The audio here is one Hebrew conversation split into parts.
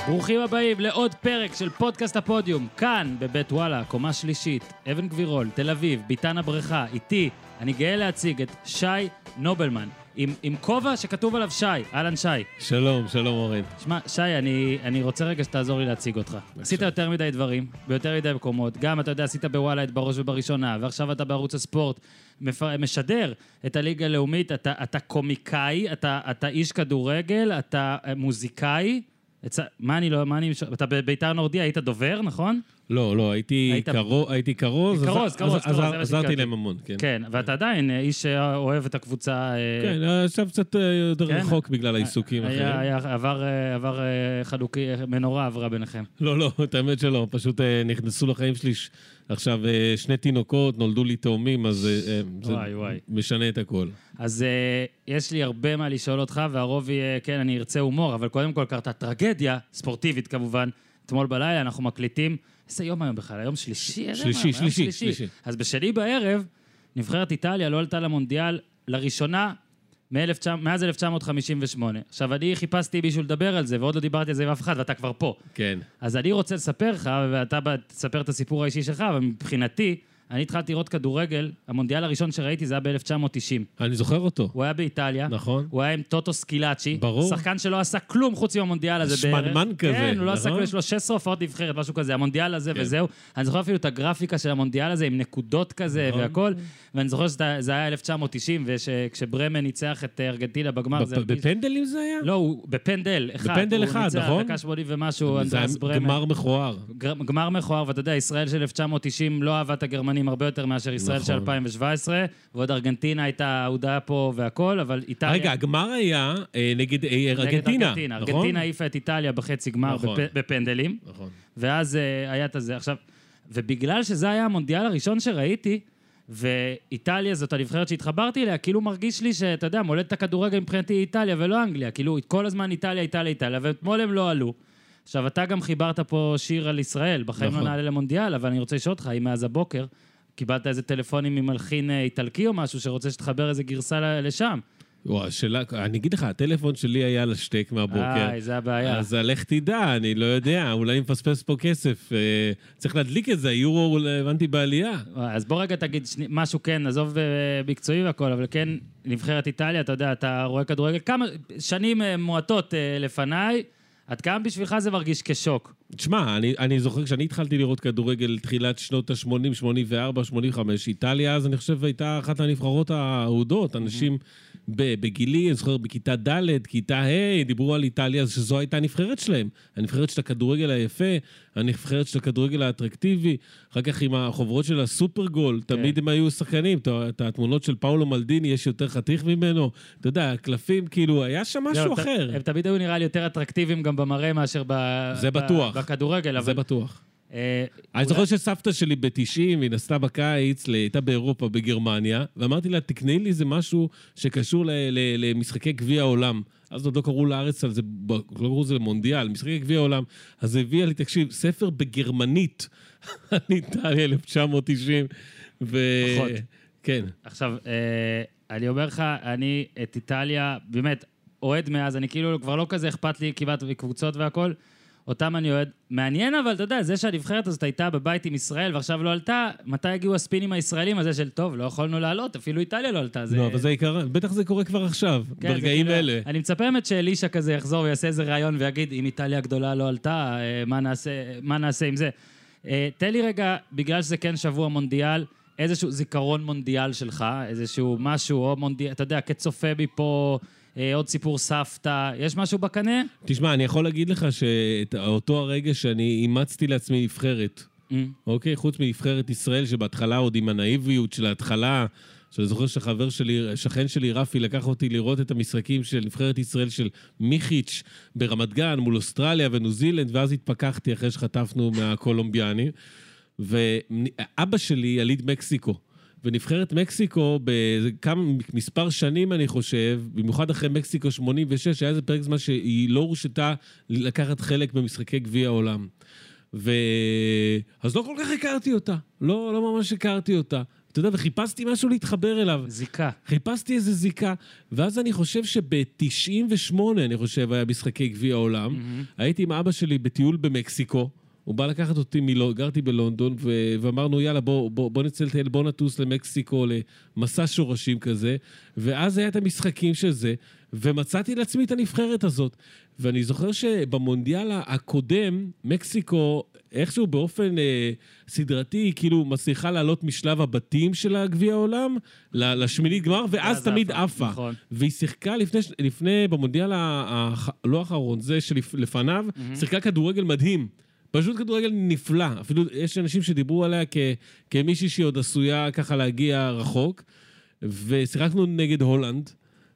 ברוכים הבאים לעוד פרק של פודקאסט הפודיום, כאן בבית וואלה, קומה שלישית, אבן גבירול, תל אביב, ביתן הבריכה, איתי, אני גאה להציג את שי נובלמן, עם כובע שכתוב עליו שי, אהלן שי. שלום, שלום אורן. שמע, שי, אני רוצה רגע שתעזור לי להציג אותך. עשית יותר מדי דברים, ביותר מדי מקומות, גם אתה יודע, עשית בוואלה את בראש ובראשונה, ועכשיו אתה בערוץ הספורט, משדר את הליגה הלאומית, אתה קומיקאי, אתה איש כדורגל, אתה מוזיקאי, אתה בביתר נורדיה, היית דובר, נכון? לא, הייתי קרוז, עזרתי להם המון, כן. כן, ואתה עדיין איש שאוהב את הקבוצה. כן, עכשיו קצת יותר רחוק בגלל העיסוקים אחרים. עבר חלוקי, מנורה עברה ביניכם. לא, את האמת שלא, פשוט נכנסו לחיים שלי עכשיו שני תינוקות, נולדו לי תאומים, אז זה משנה את הכל. אז יש לי הרבה מה לשאול אותך, והרוב יהיה, כן, אני ארצה הומור, אבל קודם כל קרתה טרגדיה, ספורטיבית כמובן, אתמול בלילה אנחנו מקליטים, איזה יום היום בכלל? היום שלישי? שלישי. אז בשני בערב, נבחרת איטליה לא עלתה למונדיאל לראשונה מאז 1958. עכשיו, אני חיפשתי מישהו לדבר על זה, ועוד לא דיברתי על זה עם אף אחד, ואתה כבר פה. כן. אז אני רוצה לספר לך, ואתה תספר את הסיפור האישי שלך, אבל מבחינתי, אני התחלתי לראות כדורגל, המונדיאל הראשון שראיתי זה היה ב-1990. אני זוכר אותו. הוא היה באיטליה. נכון. הוא היה עם טוטו סקילאצ'י. ברור. שחקן שלא עשה כלום חוץ מהמונדיאל הזה. שמנמן כזה. כן, הוא לא עשה כלום, יש לו 16 הופעות נבחרת, משהו כזה. המונדיאל הזה וזהו. אני זוכר אפילו את הגרפיקה של המונדיאל הזה עם נקודות כזה והכל. ואני זוכר שזה היה 1990, וכשברמן ניצח את ארגנטינה בגמר. בפנדלים זה היה? לא, הוא בפנדל אחד. בפנדל אחד, נכון? דקה 80 ומשהו, אנדרס ברמן. גמר מכוער. גמר מכוער, ואתה יודע, ישראל של 1990 לא אהבה את הגרמנים הרבה יותר מאשר ישראל של 2017, ועוד ארגנטינה הייתה הודעה פה והכל, אבל איטליה... רגע, הגמר היה נגד ארגנטינה, נכון? ארגנטינה העיפה את איטליה בחצי גמר בפנדלים, ואז היה את זה. עכשיו, ובגלל שזה היה המונדיאל הראשון שראיתי, ואיטליה זאת הנבחרת שהתחברתי אליה, כאילו מרגיש לי שאתה יודע, מולד את הכדורגל מבחינתי איטליה ולא אנגליה, כאילו כל הזמן איטליה, ואתמול הם לא עלו. עכשיו, אתה גם חיברת פה שיר על ישראל, בחיים לא נעלה למונדיאל, אבל אני רוצה לשאול אותך, אם מאז הבוקר, קיבלת איזה טלפונים ממלחין איטלקי או משהו, שרוצה שתחבר איזה גרסה לשם. אני אגיד לך, הטלפון שלי היה לשתק מהבוקר. זה הבעיה. אז לך תדע, אני לא יודע, אולי נפספס פה כסף. צריך להדליק את זה, היורו הבנתי בעלייה. אז בוא רגע תגיד משהו, כן, עזוב מקצועי והכל, אבל כן, נבחרת איטליה, אתה יודע, אתה רואה כדורגל, כמה שנים מועטות לפניי, עד כמה בשבילך זה מרגיש כשוק? תשמע, אני זוכר כשאני התחלתי לראות כדורגל תחילת שנות ה-80, 84, 85, איטליה אז אני חושב הייתה אחת הנבחרות האהודות, אנשים בגילי, אני זוכר בכיתה ד', כיתה ה', דיברו על איטליה, אז שזו הייתה הנבחרת שלהם, הנבחרת של הכדורגל היפה, הנבחרת של הכדורגל האטרקטיבי, אחר כך עם החוברות של הסופרגול, תמיד הם היו שחקנים, את התמונות של פאולו מלדיני, יש יותר חתיך ממנו, אתה יודע, הקלפים, כאילו, היה שם משהו אחר. הם תמיד היו נראה לי יותר אטרקטיביים גם במראה מאשר בכדורגל. זה בטוח. אני זוכר שסבתא שלי ב-90, היא נסתה בקיץ, הייתה באירופה, בגרמניה, ואמרתי לה, תקני לי זה משהו שקשור למשחקי גביע העולם. אז עוד לא קראו לארץ על זה, לא קראו זה למונדיאל, משחקי גביע העולם. אז הביאה לי, תקשיב, ספר בגרמנית, אני איטליה 1990, פחות. כן. עכשיו, אני אומר לך, אני את איטליה, באמת, אוהד מאז, אני כאילו כבר לא כזה אכפת לי כמעט בקבוצות והכל, אותם אני אוהד. מעניין, אבל אתה יודע, זה שהנבחרת הזאת הייתה בבית עם ישראל, ועכשיו לא עלתה, מתי הגיעו הספינים הישראלים הזה של טוב, לא יכולנו לעלות, אפילו איטליה לא עלתה. לא, אבל זה עיקר, בטח זה קורה כבר עכשיו, ברגעים אלה. אני מצפה באמת שאלישה כזה יחזור ויעשה איזה רעיון ויגיד, אם איטליה הגדולה לא עלתה, מה נעשה עם זה? תן לי רגע, בגלל שזה כן שבוע מונדיאל, איזשהו זיכרון מונדיאל שלך, איזשהו משהו, או מונדיאל, אתה יודע, כצופה בי פה, עוד סיפור סבתא, יש משהו בקנה? תשמע, אני יכול להגיד לך שאותו הרגע שאני אימצתי לעצמי נבחרת, אוקיי? חוץ מנבחרת ישראל, שבהתחלה עוד עם הנאיביות של ההתחלה, שאני זוכר שחבר שלי, שכן שלי רפי, לקח אותי לראות את המשחקים של נבחרת ישראל של מיכיץ' ברמת גן, מול אוסטרליה וניו זילנד, ואז התפכחתי אחרי שחטפנו מהקולומביאנים, ואבא שלי יליד מקסיקו, ונבחרת מקסיקו, מספר שנים אני חושב, במיוחד אחרי מקסיקו 86, היה איזה פרק זמן שהיא לא הורשתה לקחת חלק במשחקי גביע העולם. אז לא כל כך הכרתי אותה, לא ממש הכרתי אותה. אתה יודע, וחיפשתי משהו להתחבר אליו. זיקה. חיפשתי איזה זיקה, ואז אני חושב שב-98, אני חושב, היה משחקי גביע העולם, הייתי עם אבא שלי בטיול במקסיקו, הוא בא לקחת אותי, גרתי בלונדון, ואמרנו, יאללה, בוא נצא לטייל, בוא נטוס למקסיקו, למסע שורשים כזה, ואז היה את המשחקים של זה, ומצאתי לעצמי את הנבחרת הזאת. ואני זוכר שבמונדיאל הקודם, מקסיקו, איכשהו באופן סדרתי, כאילו מצליחה לעלות משלב הבתים של הגביע העולם, לשמינית גמר, ואז תמיד עפה. נכון. והיא שיחקה לפני, במונדיאל לא האחרון, זה שלפניו, שיחקה כדורגל מדהים. פשוט כדורגל נפלא. אפילו יש אנשים שדיברו עליה כמישהי שהיא עוד עשויה ככה להגיע רחוק, ושיחקנו נגד הולנד,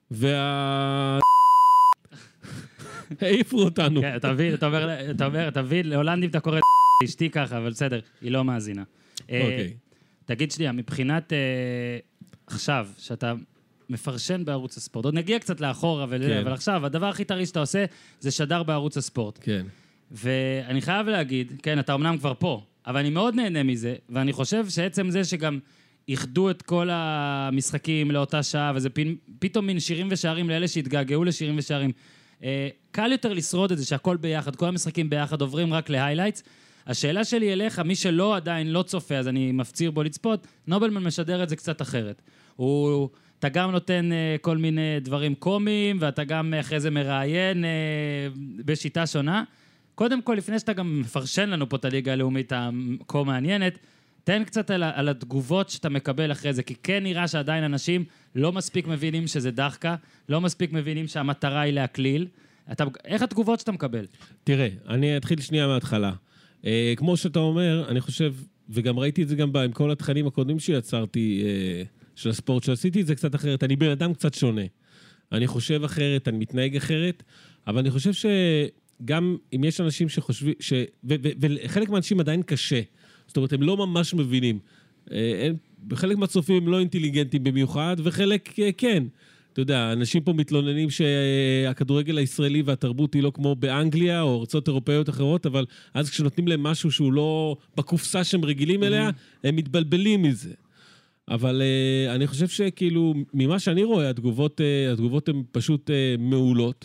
העיפו אותנו. כן, אתה מבין, להולנדים אתה קורא אשתי ככה, אבל בסדר, היא לא מאזינה. אוקיי. תגיד שנייה, מבחינת עכשיו, שאתה מפרשן בערוץ הספורט, עוד נגיע קצת לאחורה, אבל עכשיו, הדבר הכי טרי שאתה עושה, זה שדר בערוץ הספורט. כן. ואני חייב להגיד, כן, אתה אמנם כבר פה, אבל אני מאוד נהנה מזה, ואני חושב שעצם זה שגם איחדו את כל המשחקים לאותה שעה, וזה פתאום מין שירים ושערים לאלה שהתגעגעו לשירים ושערים. קל יותר לשרוד את זה שהכל ביחד, כל המשחקים ביחד עוברים רק להיילייטס. השאלה שלי אליך, מי שלא עדיין לא צופה, אז אני מפציר בו לצפות, נובלמן משדר את זה קצת אחרת. אתה גם נותן כל מיני דברים קומיים, ואתה גם אחרי זה מראיין בשיטה שונה. קודם כל, לפני שאתה גם מפרשן לנו פה את הליגה הלאומית הכה מעניינת, תן קצת על התגובות שאתה מקבל אחרי זה, כי כן נראה שעדיין אנשים לא מספיק מבינים שזה דחקה, לא מספיק מבינים שהמטרה היא להקליל. איך התגובות שאתה מקבל? תראה, אני אתחיל שנייה מההתחלה. כמו שאתה אומר, אני חושב, וגם ראיתי את זה גם עם כל התכנים הקודמים שיצרתי של הספורט, שעשיתי את זה קצת אחרת. אני בן אדם קצת שונה. אני חושב אחרת, אני מתנהג אחרת, אבל אני חושב שגם אם יש אנשים שחושבים, וחלק מהאנשים עדיין קשה, זאת אומרת, הם לא ממש מבינים. חלק מהצופים הם לא אינטליגנטים במיוחד, וחלק כן. אתה יודע, אנשים פה מתלוננים שהכדורגל הישראלי והתרבות היא לא כמו באנגליה, או ארצות אירופאיות אחרות, אבל אז כשנותנים להם משהו שהוא לא בקופסה שהם רגילים אליה, הם מתבלבלים מזה. אבל אני חושב שכאילו, ממה שאני רואה, התגובות הן פשוט מעולות.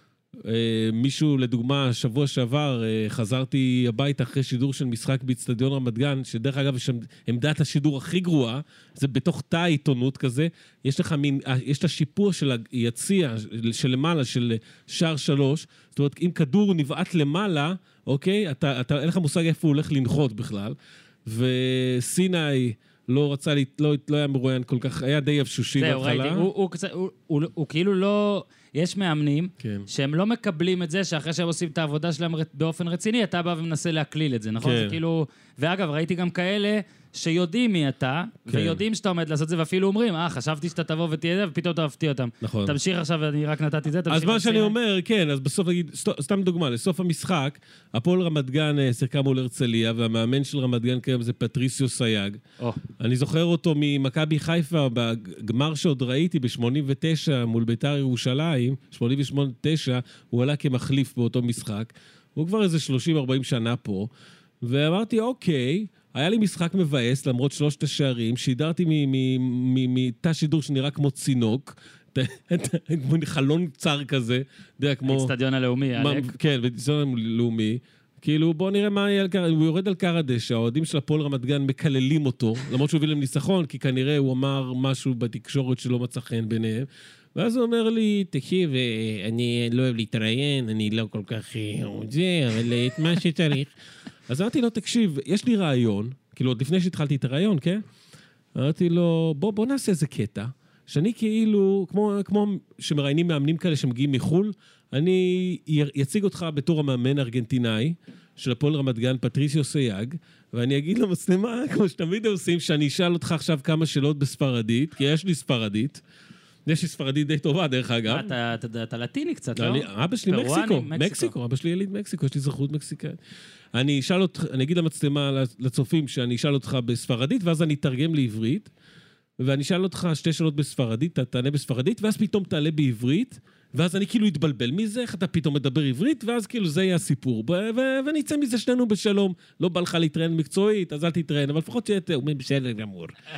מישהו, לדוגמה, שבוע שעבר, חזרתי הביתה אחרי שידור של משחק באצטדיון רמת גן, שדרך אגב, יש עמדת השידור הכי גרועה, זה בתוך תא העיתונות כזה, יש את השיפוע של היציע, של למעלה, של שער 3, זאת אומרת, אם כדור נבעט למעלה, אוקיי, אין לך מושג איפה הוא הולך לנחות בכלל, וסיני לא רצה, לא היה מרואיין כל כך, היה די אבשושי בהתחלה. הוא כאילו לא... יש מאמנים שהם לא מקבלים את זה שאחרי שהם עושים את העבודה שלהם באופן רציני, אתה בא ומנסה להקליל את זה, נכון? זה כאילו... ואגב, ראיתי גם כאלה שיודעים מי אתה, ויודעים שאתה עומד לעשות זה, ואפילו אומרים, חשבתי שאתה תבוא ותהיה זה, ופתאום אתה מפתיע אותם. נכון. תמשיך עכשיו, אני רק נתתי זה, אז מה שאני אומר, כן, אז בסוף נגיד, סתם דוגמה, לסוף המשחק, הפועל רמת גן שיחקה מול הרצליה, והמאמן של רמת גן כיום זה פטריסיו סייג. אני זוכר אותו ממכבי חיפה, בגמר שעוד ראיתי ב-89 מול בית"ר ירושלים, 88-9, הוא עלה כמחליף באותו משחק. הוא כבר איזה 30-40 שנה פה, ואמרתי, אוקיי, היה לי משחק מבאס, למרות 3 השערים, שידרתי מתא שידור שנראה כמו צינוק, כמו חלון צר כזה, כמו... האצטדיון הלאומי, אלק. כן, באצטדיון הלאומי. כאילו, בוא נראה מה יהיה על קר... הוא יורד על קר הדשא, האוהדים של הפועל רמת גן מקללים אותו, למרות שהוא הביא להם ניצחון, כי כנראה הוא אמר משהו בתקשורת שלא מצא חן ביניהם. ואז הוא אומר לי, תקשיב, אני לא אוהב להתראיין, אני לא כל כך זה, אבל את מה שצריך. אז אמרתי לו, תקשיב, יש לי רעיון, כאילו עוד לפני שהתחלתי את הרעיון, כן? אמרתי לו, בוא נעשה איזה קטע, שאני כאילו, כמו שמראיינים מאמנים כאלה שמגיעים מחול, אני אציג אותך בתור המאמן ארגנטינאי, של הפועל רמת גן, פטריסיו סייג, ואני אגיד למצלמה, כמו שתמיד עושים, שאני אשאל אותך עכשיו כמה שאלות בספרדית, כי יש לי ספרדית, יש לי ספרדית די טובה, דרך אגב. אתה לטיני קצת, לא? אבא שלי מקסיקו, אבא שלי יליד מקסיקו, יש לי אזרחות מקסיקאית. אני אגיד למצלמה, לצופים, שאני אשאל אותך בספרדית, ואז אני אתרגם לעברית, ואני אשאל אותך 2 שאלות בספרדית, אתה תענה בספרדית, ואז פתאום תעלה בעברית, ואז אני כאילו אתבלבל מזה, איך אתה פתאום מדבר עברית, ואז כאילו זה יהיה הסיפור, ונצא מזה שנינו בשלום, לא בא לך להתראיין מקצועית, אז אל תתראיין, אבל לפחות שאתה אומר בסדר גמור.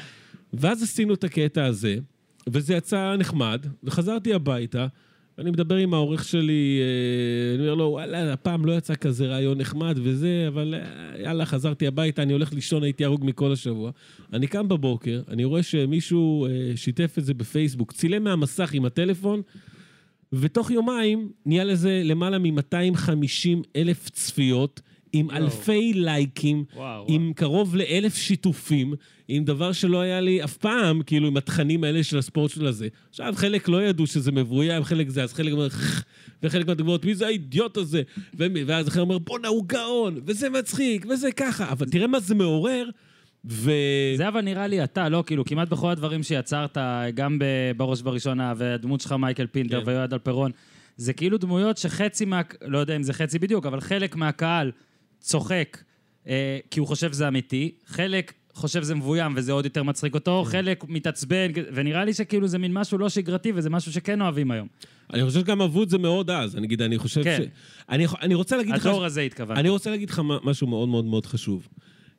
ואז עשינו את הקטע הזה, וזה יצא נחמד, וחזרתי הביתה, אני מדבר עם העורך שלי, אני אומר לו, וואלה, הפעם לא יצא כזה רעיון נחמד וזה, אבל יאללה, חזרתי הביתה, אני הולך לישון, הייתי הרוג מכל השבוע. אני קם בבוקר, אני רואה שמישהו שיתף את זה בפייסבוק, צילם מהמסך עם הטלפון, ותוך יומיים נהיה לזה למעלה מ-250,000 צפיות, עם אלפי לייקים, עם קרוב ל1,000 שיתופים, עם דבר שלא היה לי אף פעם, כאילו עם התכנים האלה של הספורט של הזה. עכשיו, חלק לא ידעו שזה מבוים, חלק זה, אז חלק אומר, וחלק מהתגובות, מי זה האידיוט הזה? ואז אחר אומר, בוא נהוג גאון, וזה מצחיק, וזה ככה. אבל תראה מה זה מעורר, זה אבל נראה לי אתה, לא, כאילו, כמעט בכל הדברים שיצרת, גם בראש בראשונה, והדמות שלך מייקל פינטר ויועד אלפרון, זה כאילו דמויות שחצי לא יודע אם זה חצי בדיוק, אבל חלק מהקהל צוחק, כי הוא חושב זה אמיתי, חלק חושב זה מבוים וזה עוד יותר מצחיק אותו, חלק מתעצבן, ונראה לי שכאילו זה מין משהו לא שגרתי, וזה משהו שכן אוהבים היום. אני חושב שגם אהבו את זה מאוד אז, אני חושב ש... אני רוצה להגיד לך... הדור הזה התכוון. אני רוצה להגיד לך משהו מאוד מאוד מאוד חשוב,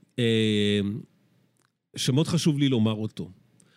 שמאוד חשוב לי לומר אותו.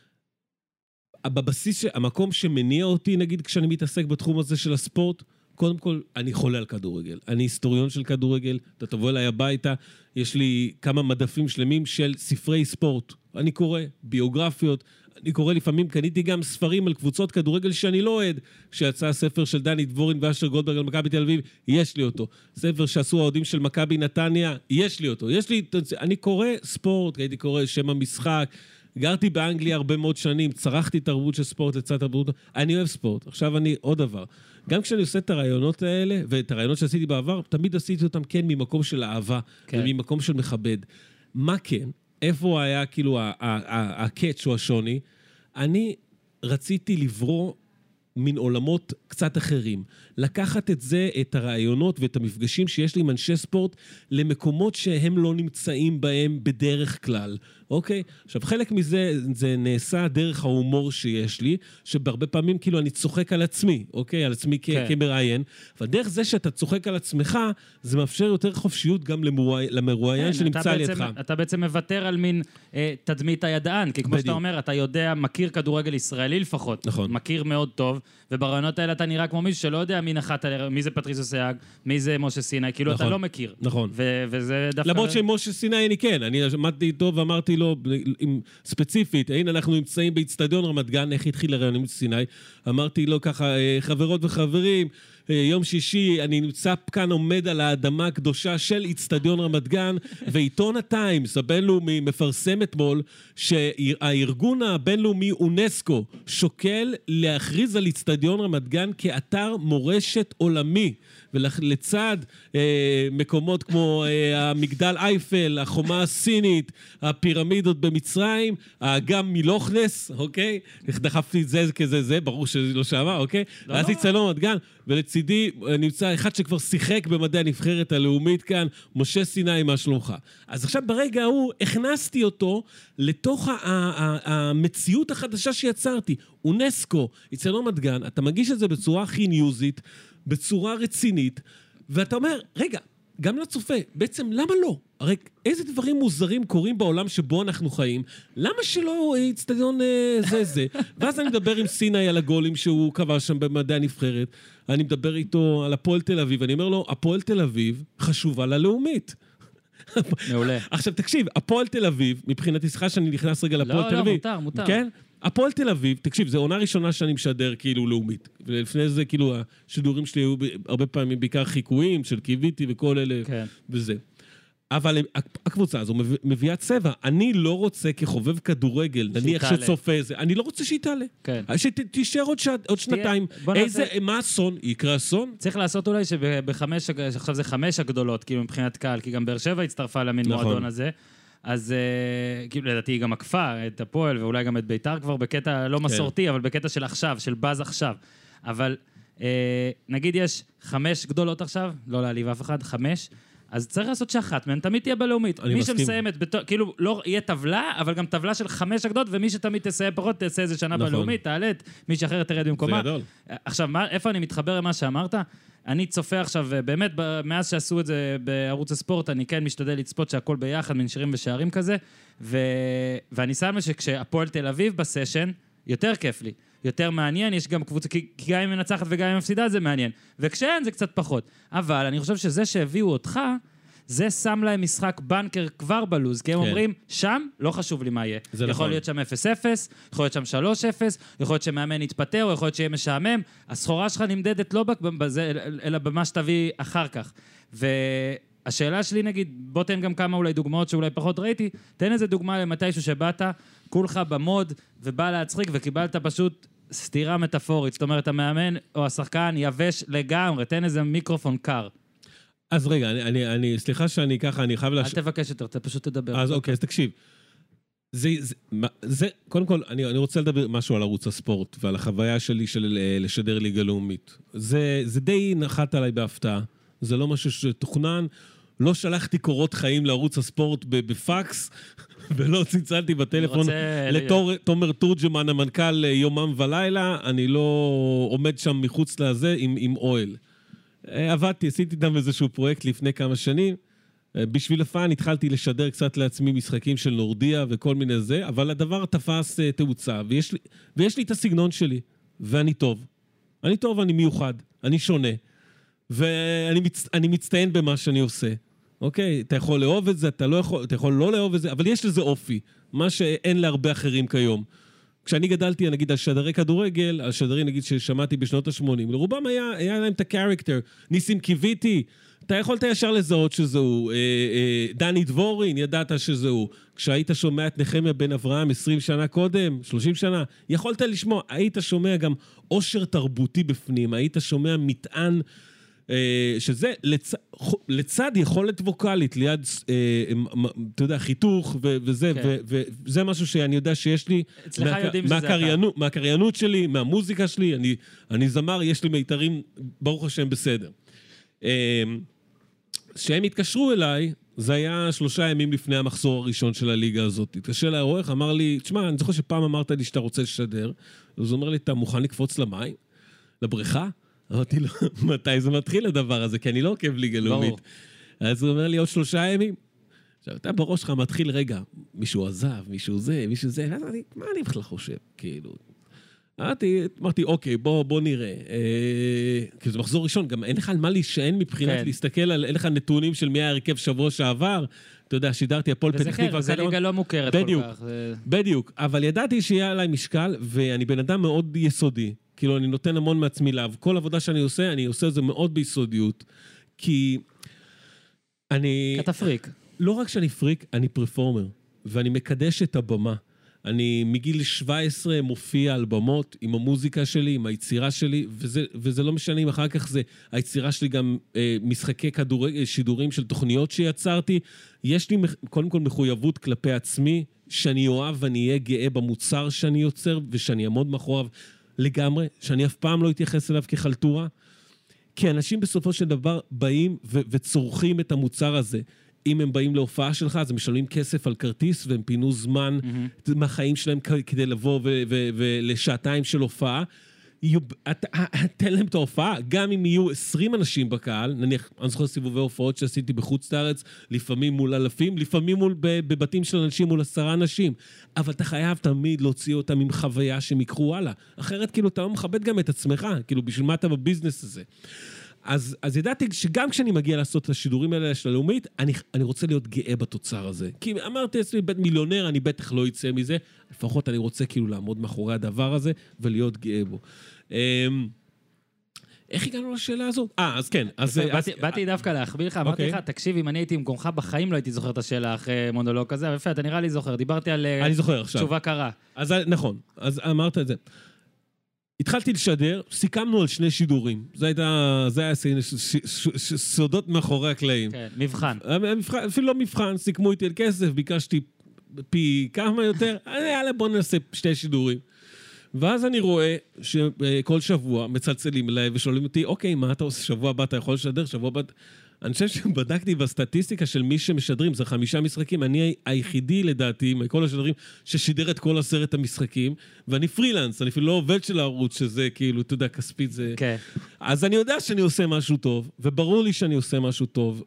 בבסיס, המקום שמניע אותי, נגיד, כשאני מתעסק בתחום הזה של הספורט, קודם כל, אני חולה על כדורגל. אני היסטוריון של כדורגל, אתה תבוא אליי הביתה, יש לי כמה מדפים שלמים של ספרי ספורט. אני קורא ביוגרפיות, אני קורא לפעמים, קניתי גם ספרים על קבוצות כדורגל שאני לא אוהד. כשיצא הספר של דני דבורין ואשר גולדברג על מכבי תל אביב, יש לי אותו. ספר שעשו האוהדים של מכבי נתניה, יש לי אותו. אני קורא ספורט, הייתי קורא שם המשחק, גרתי באנגליה הרבה מאוד שנים, צרכתי תרבות של ספורט לצד תרבות, אני אוהב ספורט. עכשיו אני עוד דבר. גם כשאני עושה את הרעיונות האלה, ואת הרעיונות שעשיתי בעבר, תמיד עשיתי אותם כן ממקום של אהבה, וממקום של מכבד. מה כן? איפה היה כאילו הקאץ' או השוני? אני רציתי לברוא מן עולמות קצת אחרים. לקחת את זה, את הרעיונות ואת המפגשים שיש לי עם אנשי ספורט, למקומות שהם לא נמצאים בהם בדרך כלל. אוקיי? עכשיו, חלק מזה, זה נעשה דרך ההומור שיש לי, שבהרבה פעמים כאילו אני צוחק על עצמי, אוקיי? על עצמי כמראיין, ודרך זה שאתה צוחק על עצמך, זה מאפשר יותר חופשיות גם למרואיין שנמצא לידך. אתה בעצם מוותר על מין תדמית הידען, כי כמו שאתה אומר, אתה יודע, מכיר כדורגל ישראלי לפחות, מכיר מאוד טוב, וברעיונות האלה אתה נראה כמו מישהו שלא יודע מי זה פטריס אוסיאג, מי זה משה סיני, כאילו אתה לא מכיר. נכון. וזה דווקא... למרות שמשה סיני אני כן, אני שמעתי איתו ואמרתי לו, ספציפית, הנה אנחנו נמצאים באצטדיון רמת גן, איך התחיל הרעיון עם סיני, אמרתי לו ככה, חברות וחברים, יום שישי, אני נמצא כאן עומד על האדמה הקדושה של אצטדיון רמת גן, ועיתון הטיימס הבינלאומי מפרסם אתמול שהארגון הבינלאומי אונסקו שוקל להכריז על אצטדיון רמת גן כאתר מורשת עולמי, ולצד מקומות כמו המגדל אייפל, החומה הסינית, הפירמידות במצרים, האגם מלוכנס, אוקיי? דחפתי את זה כזה, ברור שזה לא שמה, אוקיי? ואז אצטדיון רמת גן, ולצידי נמצא אחד שכבר שיחק במדעי הנבחרת הלאומית כאן, משה סיני, מה שלומך? אז עכשיו ברגע ההוא הכנסתי אותו לתוך המציאות החדשה שיצרתי, אונסקו, אצטדיון רמת גן, אתה מגיש את זה בצורה הכי ניוזית, בצורה רצינית, ואתה אומר, רגע, גם לצופה, בעצם למה לא? הרי איזה דברים מוזרים קורים בעולם שבו אנחנו חיים, למה שלא אצטדיון זה? ואז אני מדבר עם סיני על הגולים שהוא קבע שם במדעי הנבחרת, אני מדבר איתו על הפועל תל אביב, אני אומר לו, הפועל תל אביב חשובה ללאומית. מעולה. עכשיו תקשיב, הפועל תל אביב, מבחינתי סליחה שאני נכנס רגע לפועל תל אביב. לא, מותר. כן? הפועל תל אביב, תקשיב, זו עונה ראשונה שאני משדר כאילו לאומית, ולפני זה כאילו השידורים שלי היו הרבה פעמים בעיקר חיקויים של קיוויתי וכל אלה וזה. אבל הקבוצה הזו מביאה צבע. אני לא רוצה כחובב כדורגל, נניח שצופה זה, אני לא רוצה שהיא תעלה. שתישאר עוד שנתיים. מה אסון? יקרה אסון? צריך לעשות אולי שעכשיו זה 5 הגדולות, כאילו מבחינת קהל, כי גם באר שבע הצטרפה למין מועדון הזה. אז כאילו לדעתי היא גם עקפה את הפועל, ואולי גם את ביתר כבר בקטע לא מסורתי, אבל בקטע של עכשיו, של באז עכשיו. אבל נגיד יש 5 גדולות עכשיו, לא להעליב אף אחד, 5, אז צריך לעשות שאחת מהן תמיד תהיה בלאומית. מי שמסיימת, כאילו לא יהיה טבלה, אבל גם טבלה של 5 אגדות, ומי שתמיד תסיים פחות, תעשה איזה שנה בלאומית, תעלה את מי שאחרת תרד במקומה. זה גדול. עכשיו, איפה אני מתחבר למה שאמרת? אני צופה עכשיו, באמת, מאז שעשו את זה בערוץ הספורט, אני כן משתדל לצפות שהכל ביחד, מן שירים ושערים כזה, ואני שם שכשהפועל תל אביב בסשן, יותר כיף לי. יותר מעניין, יש גם קבוצה, כי גם אם מנצחת וגם אם מפסידה זה מעניין. וכשאין זה קצת פחות. אבל אני חושב שזה שהביאו אותך, זה שם להם משחק בנקר כבר בלוז, כי הם אומרים, שם לא חשוב לי מה יהיה. יכול להיות שם 0-0, יכול להיות שם 3-0, יכול להיות שמאמן יתפטר, או יכול להיות שיהיה משעמם. הסחורה שלך נמדדת לא בזה, אלא במה שתביא אחר כך. והשאלה שלי, נגיד, בוא תן גם כמה אולי דוגמאות שאולי פחות ראיתי, תן איזה דוגמה למתישהו שבאת, כולך במוד, ובא להצחיק, וקיבלת פשוט סתירה מטאפורית. זאת אומרת, המאמן או השחקן יבש לגמרי, תן איזה מיקרופון קר. אז רגע, סליחה שאני ככה, אני חייב אל תבקש יותר, אתה פשוט תדבר. אז אוקיי, אז תקשיב. קודם כל, אני רוצה לדבר משהו על ערוץ הספורט, ועל החוויה שלי של לשדר ליגה לאומית. זה די נחת עליי בהפתעה. זה לא משהו שתוכנן. לא שלחתי קורות חיים לערוץ הספורט בפקס, ולא צלצלתי בטלפון לתומר תורג'מן, המנכ"ל יומם ולילה, אני לא עומד שם מחוץ לזה עם אוהל. עבדתי, עשיתי גם איזשהו פרויקט לפני כמה שנים, בשביל הפעם התחלתי לשדר קצת לעצמי משחקים של נורדיה וכל מיני זה, אבל הדבר תפס תאוצה, ויש לי את הסגנון שלי, ואני טוב. אני טוב, אני מיוחד, אני שונה, ואני מצטיין במה שאני עושה. אוקיי, אתה יכול לאהוב את זה, אתה יכול לא לאהוב את זה, אבל יש לזה אופי, מה שאין להרבה אחרים כיום. כשאני גדלתי, נגיד, על שדרי כדורגל, על שדרים, נגיד, ששמעתי בשנות ה-80, לרובם היה להם את הקרקטר, ניסים קיוויתי, אתה יכולת ישר לזהות שזהו, דני דבורין, ידעת שזהו, כשהיית שומע את נחמיה בן אברהם 20 שנה קודם, 30 שנה, יכולת לשמוע, היית שומע גם עושר תרבותי בפנים, היית שומע מטען, שזה לצד יכולת ווקלית, ליד, אתה יודע, חיתוך וזה, וזה משהו שאני יודע שיש לי מהקריינות שלי, מהמוזיקה שלי, אני זמר, יש לי מיתרים, ברוך השם בסדר. שהם התקשרו אליי, זה היה 3 ימים לפני המחזור הראשון של הליגה הזאת. התקשר אליי העורך, אמר לי, תשמע, אני זוכר שפעם אמרת לי שאתה רוצה לשדר, אז הוא אומר לי, אתה מוכן לקפוץ למים? לבריכה? אמרתי לו, מתי זה מתחיל הדבר הזה? כי אני לא עוקב ליגה לאומית. אז הוא אומר לי, עוד 3 ימים. עכשיו, אתה בראש שלך מתחיל, רגע, מישהו עזב, מישהו זה, מה אני בכלל חושב? כאילו, אמרתי, אוקיי, בוא נראה. כי זה מחזור ראשון, גם אין לך על מה להישען מבחינת להסתכל על, אין לך נתונים של מי ההרכב שבוע שעבר, אתה יודע, שידרתי הפועל פתח תקווה. וזה ליגה לא מוכרת כל כך. בדיוק, אבל ידעתי שיהיה עליי משקל, ואני בן אדם מאוד יסודי. כאילו, אני נותן המון מעצמי לב. כל עבודה שאני עושה את זה מאוד ביסודיות, כי אני... אתה פריק. לא רק שאני פריק, אני פרפורמר, ואני מקדש את הבמה. אני מגיל 17 מופיע על במות עם המוזיקה שלי, עם היצירה שלי, וזה לא משנה אם אחר כך זה, היצירה שלי גם משחקי שידורים של תוכניות שיצרתי. יש לי קודם כל מחויבות כלפי עצמי, שאני אוהב ואני אהיה גאה במוצר שאני יוצר, ושאני אעמוד מאחוריו לגמרי, שאני אף פעם לא אתייחס אליו כחלטורה, כי אנשים בסופו של דבר באים וצורכים את המוצר הזה. אם הם באים להופעה שלך, אז הם משלמים כסף על כרטיס, והם פינו זמן מהחיים שלהם כדי לבוא ולשעתיים של הופעה. תן להם את ההופעה, גם אם יהיו 20 אנשים בקהל, נניח, אני זוכר סיבובי הופעות שעשיתי בחוץ לארץ, לפעמים מול אלפים, לפעמים בבתים של אנשים מול 10 אנשים, אבל אתה חייב תמיד להוציא אותם עם חוויה שהם יקחו הלאה, אחרת כאילו אתה לא מכבד גם את עצמך, כאילו בשביל מה אתה בביזנס הזה. אז ידעתי שגם כשאני מגיע לעשות את השידורים האלה של הלאומית, אני רוצה להיות גאה בתוצר הזה. כי אמרתי אצלי, בית מיליונר, אני בטח לא יצא מזה, לפחות אני רוצה כאילו לעמוד מאחורי הדבר הזה, ולהיות גאה בו. איך הגענו לשאלה הזאת? אז כן. באתי דווקא להחביא לך, אמרתי לך, תקשיב, אם אני הייתי במקומך בחיים, לא הייתי זוכר את השאלה אחרי מונולוג כזה, אבל יפה, אתה נראה לי זוכר, דיברתי על תשובה קרה. אז נכון, אז אמרת את זה. התחלתי לשדר, סיכמנו על 2 שידורים. זה היה סודות מאחורי הקלעים. כן, מבחן. אפילו לא מבחן, סיכמו איתי על כסף, ביקשתי פי כמה יותר, יאללה, בוא נעשה 2 שידורים. ואז אני רואה שכל שבוע מצלצלים אליי ושואלים אותי, אוקיי, מה אתה עושה? שבוע הבא אתה יכול לשדר? שבוע הבא... אני חושב שבדקתי בסטטיסטיקה של מי שמשדרים, זה 5 משחקים, אני היחידי לדעתי, מכל השדרים, ששידר את כל 10 המשחקים, ואני פרילנס, אני אפילו לא עובד של הערוץ, שזה כאילו, אתה יודע, כספית זה... כן. אז אני יודע שאני עושה משהו טוב, וברור לי שאני עושה משהו טוב,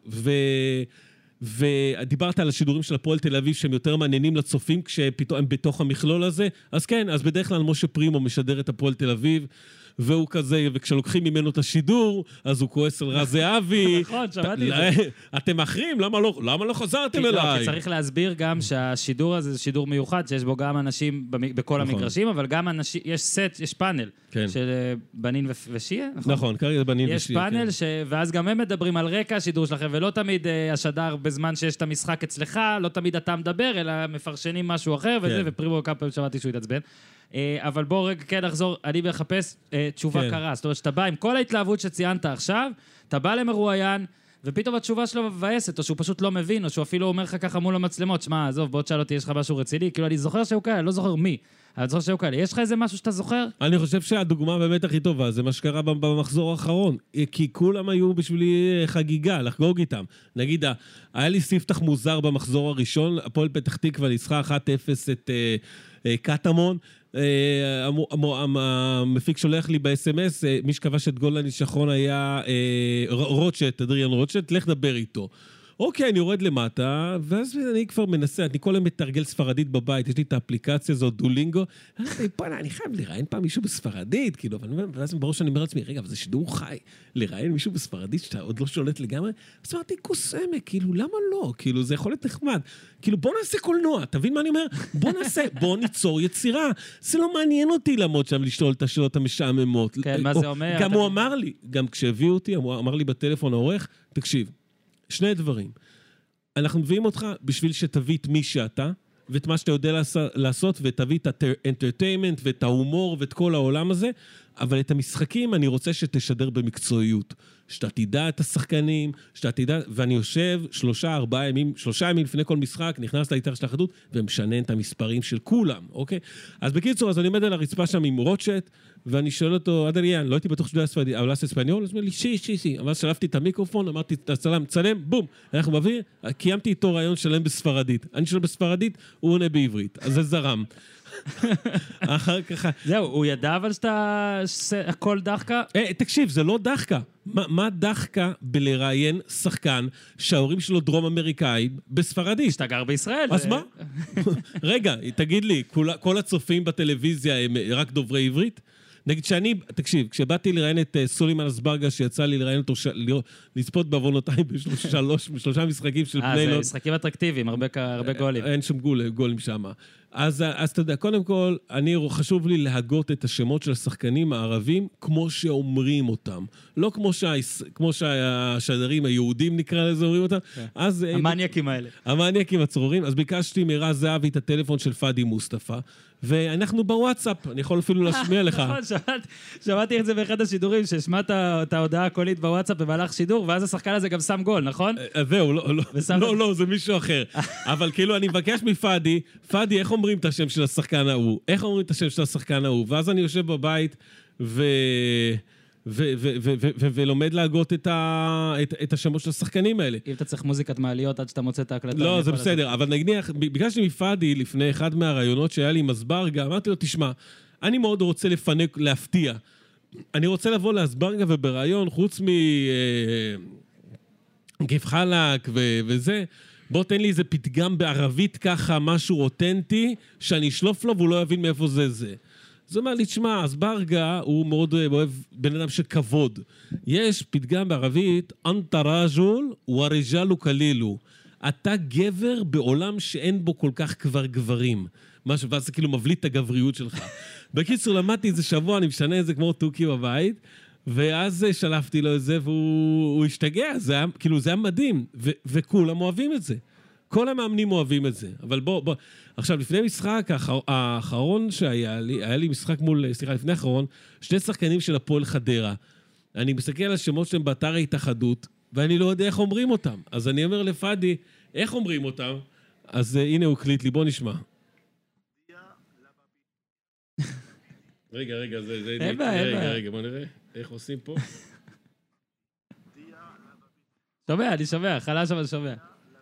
ודיברת על השידורים של הפועל תל אביב, שהם יותר מעניינים לצופים, כשפתאום הם בתוך המכלול הזה, אז כן, אז בדרך כלל משה פרימו משדר את הפועל תל אביב, והוא כזה, וכשלוקחים ממנו את השידור, אז הוא כועס על רז זהבי. נכון, שמעתי את זה. אתם אחרים, למה לא חזרתם אליי? כי צריך להסביר גם שהשידור הזה זה שידור מיוחד, שיש בו גם אנשים בכל המגרשים, אבל גם אנשים, יש סט, יש פאנל של בנין ושיה, נכון? נכון, כרגע זה בנין ושיה. יש פאנל, ואז גם הם מדברים על רקע השידור שלכם, ולא תמיד השדר בזמן שיש את המשחק אצלך, לא תמיד אתה מדבר, אלא מפרשנים משהו אחר, ופרימו כמה פעמים שמעתי שהוא יתעצבן. אבל בואו רגע כן לחזור, אני מחפש תשובה קרה. זאת אומרת, שאתה בא עם כל ההתלהבות שציינת עכשיו, אתה בא למרואיין, ופתאום התשובה שלו מבאסת, או שהוא פשוט לא מבין, או שהוא אפילו אומר לך ככה מול המצלמות, שמע, עזוב, בוא תשאל אותי, יש לך משהו רציני? כאילו, אני זוכר שהוא כאלה, לא זוכר מי. אני זוכר שהוא כאלה. יש לך איזה משהו שאתה זוכר? אני חושב שהדוגמה באמת הכי טובה, זה מה שקרה במחזור האחרון. כי כולם היו בשבילי חגיגה, לחגוג איתם. נגיד, היה לי ספתח מוזר במחזור הראשון, הפועל פתח תקווה ניצחה 1-0 את קטמון, המפיק שולח לי ב-SMS, מי שכבש את גול הניצחון היה רוטשט, אדריאן רוטשט, לך דבר איתו. אוקיי, אני יורד למטה, ואז אני כבר מנסה, אני כל היום מתרגל ספרדית בבית, יש לי את האפליקציה הזאת, דולינגו, אני חייב לראיין פעם מישהו בספרדית, כאילו, ואז בראש אני אומר לעצמי, רגע, אבל זה שידור חי, לראיין מישהו בספרדית שאתה עוד לא שולט לגמרי, אז אמרתי, קוסמק, כאילו, למה לא? כאילו, זה יכול להיות נחמד. כאילו, בוא נעשה קולנוע, תבין מה אני אומר? בוא ניצור יצירה. זה לא מעניין אותי לעמוד שם לשאול את השאלות המשעממות. כן, מה זה אומר? גם הוא אמר לי, גם כשהביאו אותי, הוא אמר לי בטלפון העורך, תקשיב, 2 דברים. אנחנו מביאים אותך בשביל שתביא את מי שאתה, ואת מה שאתה יודע לעשות, ותביא את האנטרטיימנט, ואת ההומור, ואת כל העולם הזה, אבל את המשחקים אני רוצה שתשדר במקצועיות. שאתה תדע את השחקנים, שאתה תדע, ואני יושב 3-4 ימים, 3 ימים לפני כל משחק, נכנס לאתר של החדות, ומשנן את המספרים של כולם, אוקיי? אז בקיצור, אז אני עומד על הרצפה שם עם רוטשט, ואני שואל אותו, אדריאן, לא הייתי בטוח שהוא יודע אבל לעשות אספניול, אז הוא אומר לי, שי, אבל שלפתי את המיקרופון, אמרתי, צלם, בום, אנחנו מביא, קיימתי איתו רעיון שלם בספרדית. אני שואל בספרדית, הוא עונה בעברית, אז זה זרם. אחר כך... זהו, הוא ידע אבל שאתה... הכל דחקה? תקשיב, זה לא דחקה. מה דחקה בלראיין שחקן שההורים שלו דרום אמריקאי בספרדית? שאתה גר בישראל. אז מה? רגע, תגיד לי, כל הצופים בטלוויזיה הם רק דוברי עברית? נגיד שאני, תקשיב, כשבאתי לראיין את סולימן אסברגה, שיצא לי לראיין אותו, לצפות בעוונותיי בשלושה משחקים של בני... זה משחקים אטרקטיביים, הרבה גולים. אין שום גולים שם. אז אתה יודע, קודם כל, חשוב לי להגות את השמות של השחקנים הערבים, כמו שאומרים אותם. לא כמו שהשדרים היהודים נקרא לזה, אומרים אותם. המניאקים האלה. המניאקים הצרורים. אז ביקשתי מרז זהבי את הטלפון של פאדי מוסטפא, ואנחנו בוואטסאפ, אני יכול אפילו להשמיע לך. נכון, שמעתי את זה באחד השידורים, ששמעת את ההודעה הקולית בוואטסאפ במהלך שידור, ואז השחקן הזה גם שם גול, נכון? זהו, לא, זה מישהו אחר. אבל כאילו אני מבקש מפאדי, פאדי, איך אומרים את השם של השחקן ההוא? איך אומרים את השם של השחקן ההוא? ואז אני יושב בבית ולומד להגות את השמות של השחקנים האלה. אם אתה צריך מוזיקת מעליות עד שאתה מוצא את ההקלטה. לא, זה בסדר, אבל נניח, ביקשתי מפאדי לפני אחד מהרעיונות שהיה לי עם אסברגה, אמרתי לו, תשמע, אני מאוד רוצה להפתיע. אני רוצה לבוא לאסברגה וברעיון, חוץ כיף חלק וזה, בוא תן לי איזה פתגם בערבית ככה, משהו אותנטי, שאני אשלוף לו והוא לא יבין מאיפה זה. זאת אומרת לי, תשמע, אסברגה הוא מאוד אוהב בן אדם שכבוד. יש פתגם בערבית, אנטה רג'ול ורג'לו קלילו. אתה גבר בעולם שאין בו כל כך כבר גברים. משהו, ואז זה כאילו מבליט את הגבריות שלך. בקיצור, למדתי איזה שבוע, אני משנה את זה כמו טוקי בבית, ואז שלפתי לו את זה, והוא השתגע, זה היה מדהים, וכולם אוהבים את זה. כל המאמנים אוהבים את זה, אבל בוא, עכשיו, לפני משחק האחרון שהיה לי, היה לי משחק לפני האחרון, 2 שחקנים של הפועל חדרה. אני מסתכל על השמות שלהם באתר ההתאחדות, ואני לא יודע איך אומרים אותם. אז אני אומר לפאדי, איך אומרים אותם? אז הנה הוא קליט לי, בוא נשמע. רגע, רגע, בוא נראה איך עושים פה. שומע, אני שומע, חלש אבל שומע.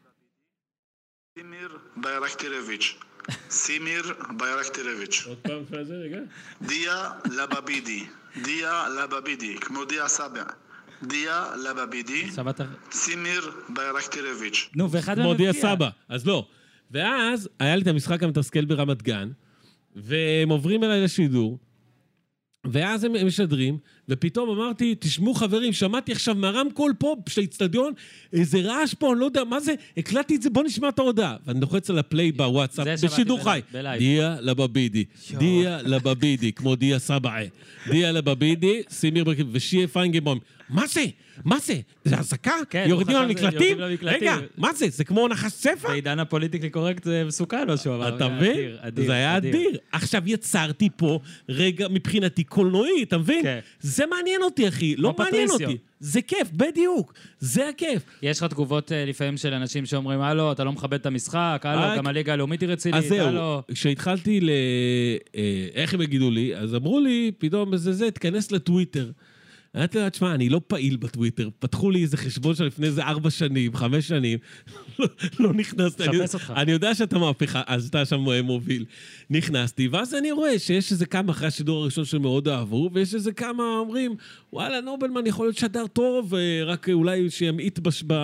סימיר ביירקטירוביץ'. סימיר ביירקטירוביץ'. עוד פעם אחרי זה, רגע. דיה לבבידי. דיה לבבידי, כמו דיה סבא. דיה לבבידי. סימיר ביירקטירוביץ'. נו, ואחד מהם כמו דיה סבא, אז לא. ואז היה לי את המשחק המתסכל ברמת גן, והם עוברים אליי לשידור, ואז הם משדרים, ופתאום אמרתי, תשמעו חברים, שמעתי עכשיו מהרמקול פה, שהאצטדיון, איזה רעש פה, אני לא יודע מה זה, הקלטתי את זה, בוא נשמע את ההודעה. ואני לוחץ על הפליי בוואטסאפ, בשידור חי. דיה לבבידי, דיה לבבידי, כמו דיה סבא. דיה לבבידי, סימיר ברקיב, ושיהיה פיינגבום. מה זה? מה זה? זה הזקה? יורדים על מקלטים? רגע, מה זה? זה כמו נחש צפה? בעידן הפוליטיקלי קורקט זה מסוכן או שהוא אמר. אתה מבין? זה היה אדיר. עכשיו יצרתי פה רגע מבחינתי קולנועי, אתה מבין? זה מעניין אותי, אחי. לא מעניין אותי. זה כיף, בדיוק. זה הכיף. יש לך תגובות לפעמים של אנשים שאומרים, הלו, אתה לא מכבד את המשחק, הלו, גם הליגה הלאומית היא רצינית, הלו. אז זהו, כשהתחלתי איך הם יגידו לי, אז אמרו לי, פתאום בזה, תכנס לטוויטר. אמרתי לה, תשמע, אני לא פעיל בטוויטר, פתחו לי איזה חשבון של לפני איזה 4 שנים, 5 שנים, לא נכנסתי. אני יודע שאתה מהפכה, אז אתה שם מוביל. נכנסתי, ואז אני רואה שיש איזה כמה אחרי השידור הראשון שמאוד אהבו, ויש איזה כמה אומרים, וואלה, נובלמן יכול להיות שדר טוב, רק אולי שימעיט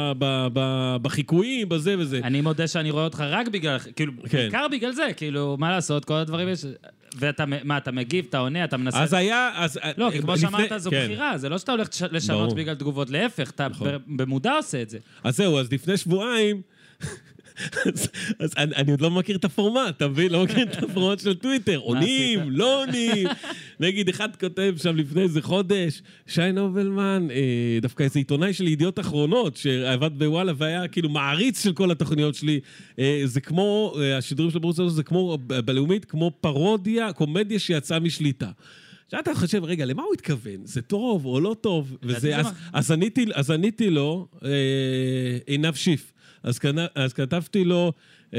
בחיקויים, בזה וזה. אני מודה שאני רואה אותך רק בגלל, כאילו, בעיקר בגלל זה, כאילו, מה לעשות, כל הדברים יש... ואתה, מה, אתה מגיב, אתה עונה, אתה מנסה... אז היה... לא, כי כמו שאמרת, זו בחירה, זה לא שאתה הולך לשנות בגלל תגובות, להפך, אתה במודע עושה את זה. אז זהו, אז לפני שבועיים... אז אני עוד לא מכיר את הפורמט, אתה מבין? לא מכיר את הפורמט של טוויטר. עונים, לא עונים. נגיד, אחד כותב שם לפני איזה חודש, שי נובלמן, דווקא איזה עיתונאי של ידיעות אחרונות, שעבד בוואלה והיה כאילו מעריץ של כל התוכניות שלי. זה כמו, השידורים של ברוסיה, זה כמו, בלאומית, כמו פרודיה, קומדיה שיצאה משליטה. שאתה חושב, רגע, למה הוא התכוון? זה טוב או לא טוב? אז עניתי לו, עינב שיף. אז כתבתי לו,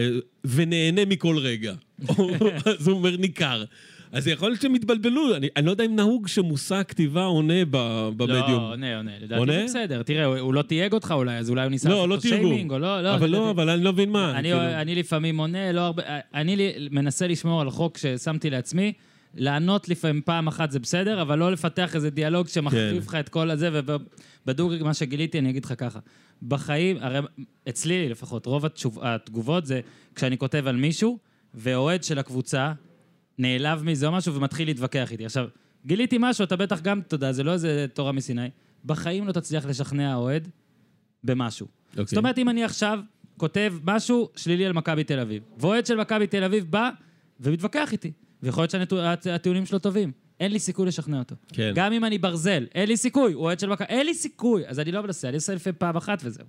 ונהנה מכל רגע. אז הוא אומר, ניכר. אז יכול להיות שהם התבלבלו, אני לא יודע אם נהוג שמושא כתיבה עונה במדיום. לא, עונה. לדעתי זה בסדר. תראה, הוא לא תייג אותך אולי, אז אולי הוא ניסה לעשות שיימינג, או לא. אבל אני לא מבין מה. אני לפעמים עונה, לא הרבה, אני מנסה לשמור על חוק ששמתי לעצמי, לענות לפעמים פעם אחת זה בסדר, אבל לא לפתח איזה דיאלוג שמחריף לך את כל הזה, ובדוק מה שגיליתי, אני אגיד לך ככה. בחיים, הרי אצלי לפחות, רוב התגובות זה כשאני כותב על מישהו, ואוהד של הקבוצה נעלב מזה או משהו ומתחיל להתווכח איתי. עכשיו, גיליתי משהו, אתה בטח גם, תודה, זה לא איזה תורה מסיני, בחיים לא תצליח לשכנע אוהד במשהו. זאת אומרת, אם אני עכשיו כותב משהו שלילי על מכבי תל אביב, ואוהד של מכבי תל אביב בא ומתווכח איתי, ויכול להיות שהטיעונים שלו טובים. אין לי סיכוי לשכנע אותו. כן. גם אם אני ברזל, אין לי סיכוי. הוא אוהד של מכבי, אין לי סיכוי. אז אני לא מנסה, אני עושה לפעמים פעם אחת וזהו.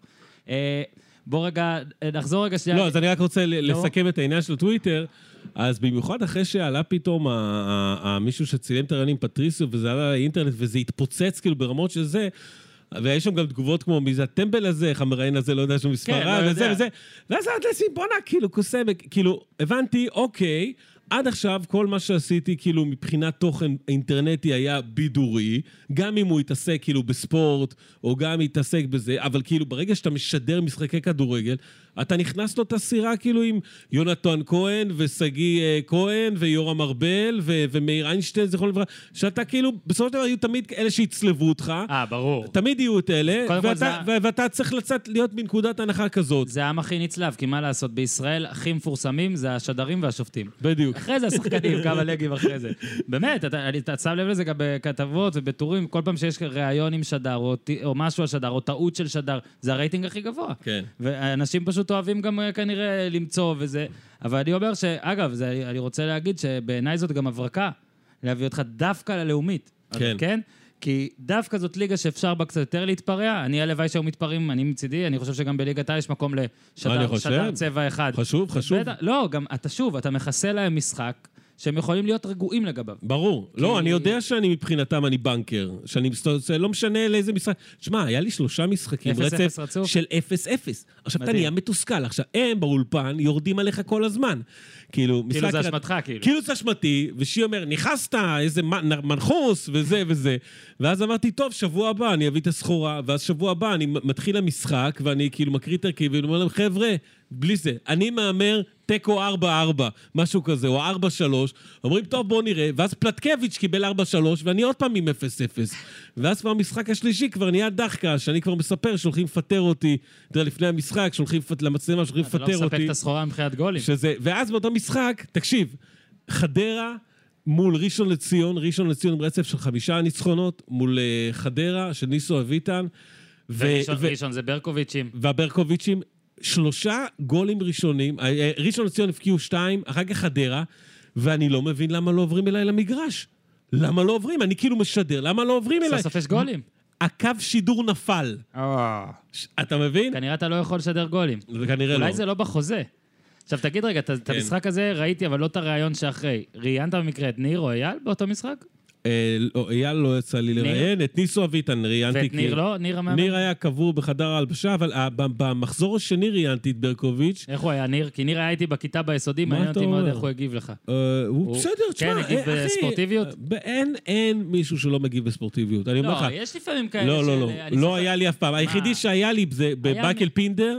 בוא רגע, נחזור רגע שנייה. לא, אז אני רק רוצה לסכם את העניין של טוויטר. אז במיוחד אחרי שעלה פתאום מישהו שצילם את הרעיון עם פטריסיו, וזה עלה לאינטרנט, וזה התפוצץ כאילו ברמות של זה, ויש שם גם תגובות כמו, מי זה הטמבל הזה, איך המראיין הזה לא יודע שהוא מספרה, וזה וזה. ואז עד לשים, בוא'נה, כאילו, קוסם, כאילו, הבנתי, אוקיי, עד עכשיו כל מה שעשיתי כאילו מבחינת תוכן אינטרנטי היה בידורי, גם אם הוא יתעסק כאילו בספורט, או גם אם יתעסק בזה, אבל כאילו ברגע שאתה משדר משחקי כדורגל, אתה נכנס לו את הסירה כאילו עם יונתן כהן וסגי כהן ויורם ארבל ומאיר איינשטיין, זכרון לברכה, שאתה כאילו, בסופו של דבר יהיו תמיד אלה שיצלבו אותך. ברור. תמיד יהיו את אלה, ואתה צריך לצאת להיות מנקודת הנחה כזאת. זה העם הכי נצלב, כי מה לעשות, בישראל הכי מפורסמים זה השדרים והשופטים. בדיוק. אחרי זה השחקנים, כמה לגים אחרי זה. באמת, אתה שם לב לזה גם בכתבות ובטורים, כל פעם שיש ראיון עם שדר, או משהו על שדר, או טעות של שדר, זה הרייטינג הכי גבוה. כן. ואנשים פשוט אוהבים גם כנראה למצוא וזה. אבל אני אומר שאגב, אני רוצה להגיד שבעיניי זאת גם הברקה, להביא אותך דווקא ללאומית. כן. כן? כי דווקא זאת ליגה שאפשר בה קצת יותר להתפרע. אני הלוואי שהיו מתפרעים, אני מצידי, אני חושב שגם בליגת העל יש מקום לשדר צבע אחד. חשוב. לא, גם אתה מכסה להם משחק שהם יכולים להיות רגועים לגביו. ברור. לא, אני יודע שאני מבחינתם אני בנקר, שאני לא משנה לאיזה משחק. תשמע, היה לי 3 משחקים רצף של 0-0. עכשיו אתה נהיה מתוסכל. עכשיו הם באולפן יורדים עליך כל הזמן. כאילו זה אשמתך, כאילו. כאילו זה אשמתי, ושי אומר, נכנסת, איזה מנחוס, וזה וזה. ואז אמרתי, טוב, שבוע הבא אני אביא את הסחורה, ואז שבוע הבא אני מתחיל המשחק, ואני כאילו מקריא את הרכיב, ואני אומר להם, חבר'ה, בלי זה, אני מאמר טקו 4-4, משהו כזה, או 4-3, אומרים, טוב, בואו נראה, ואז פלטקביץ' קיבל 4-3, ואני עוד פעם עם 0-0. ואז כבר המשחק השלישי כבר נהיה דחקה, שאני כבר מספר, שהולכים לפטר אותי, תראה, לפני המשחק, שהולכים למצלמה, שהולכים לפטר אותי. אתה לא מספק את הסחורה מבחינת גולים. ואז באותו משחק, תקשיב, חדרה מול ראשון לציון ברצף של 5 ניצחונות, מול חדרה של ניסו אביטן. ראשון זה ברקוביצ'ים. והברקוביצ'ים, 3 גולים ראשונים, ראשון לציון הפקיעו 2, אחר כך חדרה, ואני לא מבין למה לא עוברים אליי למגרש. למה לא עוברים? אני כאילו משדר, למה לא עוברים אליי? סוף יש גולים. הקו שידור נפל. אתה מבין? כנראה אתה לא יכול לשדר גולים. כנראה לא. אולי זה לא בחוזה. עכשיו תגיד רגע, את המשחק הזה ראיתי, אבל לא את הרעיון שאחרי. ראיינת במקרה את ניר או אייל באותו משחק? אייל לא יצא לי לראיין, את ניסו אביטן ראיינתי. ואת ניר לא? ניר המאמן? ניר היה קבור בחדר ההלבשה, אבל במחזור השני ראיינתי את ברקוביץ'. איך הוא היה ניר? כי ניר היה איתי בכיתה ביסודי, מעניין אותי מאוד איך הוא הגיב לך. הוא בסדר, תשמע, כן, הגיב בספורטיביות? אין מישהו שלא מגיב בספורטיביות. לא, יש לפעמים כאלה לא היה לי אף פעם. היחידי שהיה לי זה בבקל פינדר,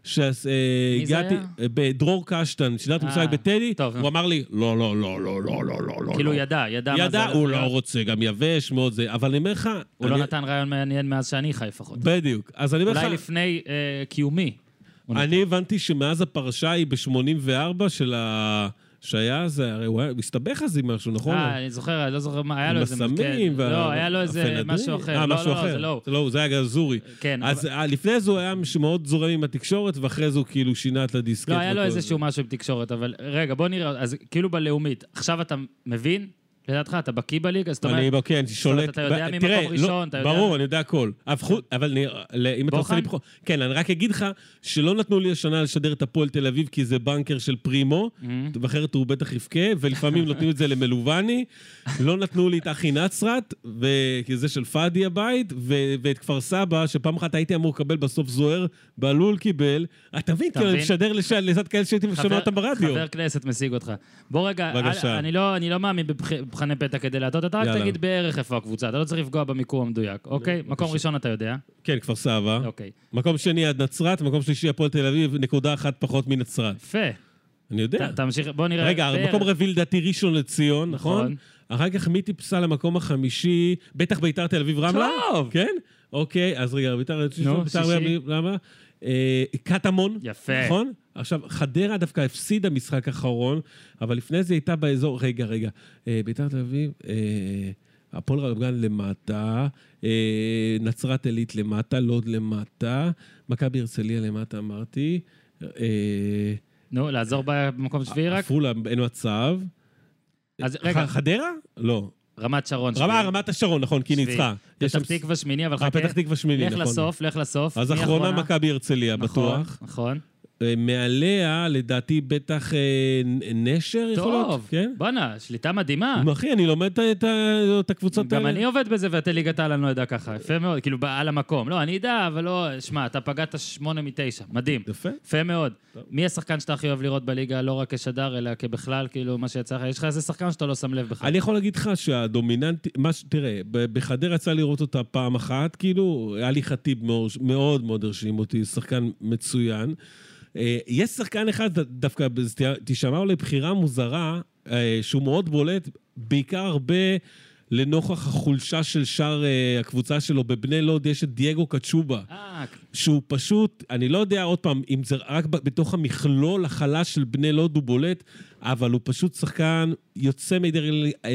שהגעתי בדרור קשטן, שידרתי משחק בטדי, הוא אמר לי, לא. כאילו ידע מה זה. הוא לא רוצה, גם יבש מאוד זה, אבל אני אומר לך... הוא לא נתן רעיון מעניין מאז שאני חי לפחות. בדיוק. אולי לפני קיומי. אני הבנתי שמאז הפרשה היא ב-84 של שהיה זה, הרי הוא מסתבך אז עם משהו, נכון? אני זוכר, אני לא זוכר מה, היה לו איזה... מסמים, לא, היה לו איזה משהו אחר. משהו אחר. זה היה גזורי. כן. אז לפני זה הוא היה מאוד זורם עם התקשורת, ואחרי זה הוא כאילו שינה את הדיסקט. לא, היה לו איזשהו משהו עם תקשורת, אבל רגע, בוא נראה, אז כאילו בלאומית, עכשיו אתה מבין? לדעתך, אתה בקיא בליגה? אני בקיא, אני שולט... אתה יודע ממקום ראשון, אתה יודע... ברור, אני יודע הכל. אבל אם אתה רוצה לבחור... כן, אני רק אגיד לך שלא נתנו לי השנה לשדר את הפועל תל אביב, כי זה בנקר של פרימו, ואחרת הוא בטח יפקה, ולפעמים נותנים את זה למלובני, לא נתנו לי את אחי נצרת, כי זה של פאדי הבית, ואת כפר סבא, שפעם אחת הייתי אמור לקבל בסוף זוהר, בעלול קיבל, אתה מבין, כאילו, אני משדר לצד כאלה שהייתי משנה אותם ברדיו. חבר כנסת משיג אותך. בוא רגע, אני לא מאמין מבחני פתע כדי להטות, אתה רק תגיד בערך איפה הקבוצה, אתה לא צריך לפגוע במיקום המדויק, אוקיי? מקום ראשון אתה יודע. כן, כפר סבא. מקום שני עד נצרת, מקום שלישי הפועל תל אביב, 1.1 פחות מנצרת. יפה. אני יודע. תמשיך, בוא נראה. רגע, מקום רביעי לדעתי ראשון לציון, נכון? אחר כך מי טיפסה למקום החמישי, בטח ביתר תל אביב רמלה? טוב. כן? אוקיי, אז רגע, ביתר תל אביב רמלה? קטמון, נכון? עכשיו, חדרה דווקא הפסידה משחק אחרון, אבל לפני זה הייתה באזור, רגע, ביתר תל אביב, הפועל רמת גן למטה, נצרת עילית למטה, לוד למטה, מכבי הרצליה למטה אמרתי. נו, לעזור במקום שביעי רק? עפולה, אין מצב. אז רגע. חדרה? לא. רמת שרון. רמת השרון, נכון, כי ניצחה. פתח תקווה שמיני, אבל חכה. פתח תקווה שמיני, נכון. לך לסוף. אז אחרונה מכבי הרצליה, בטוח. נכון. מעליה, לדעתי, בטח נשר יכול להיות. טוב, בונה, שליטה מדהימה. אחי, אני לומד את הקבוצות האלה. גם אני עובד בזה, ואתה ליגת העל אני לא יודע ככה. יפה מאוד, כאילו, על המקום. לא, אני יודע, אבל לא, שמע, אתה פגעת 8 מ-9. מדהים. יפה. יפה מאוד. מי השחקן שאתה הכי אוהב לראות בליגה, לא רק כשדר, אלא כבכלל, כאילו, מה שיצא לך? יש לך איזה שחקן שאתה לא שם לב בכלל. אני יכול להגיד לך שהדומיננטי, תראה, בחדר יצא לראות אותה פעם אחת, כאילו, היה לי חטיב מאוד מאוד הרשים אותי, שחקן מצוין. יש שחקן אחד, דווקא תשמע אולי בחירה מוזרה, שהוא מאוד בולט, בעיקר הרבה לנוכח החולשה של שאר הקבוצה שלו, בבני לוד יש את דייגו קצ'ובה, שהוא פשוט, אני לא יודע עוד פעם, אם זה רק בתוך המכלול החלש של בני לוד הוא בולט, אבל הוא פשוט שחקן יוצא מדר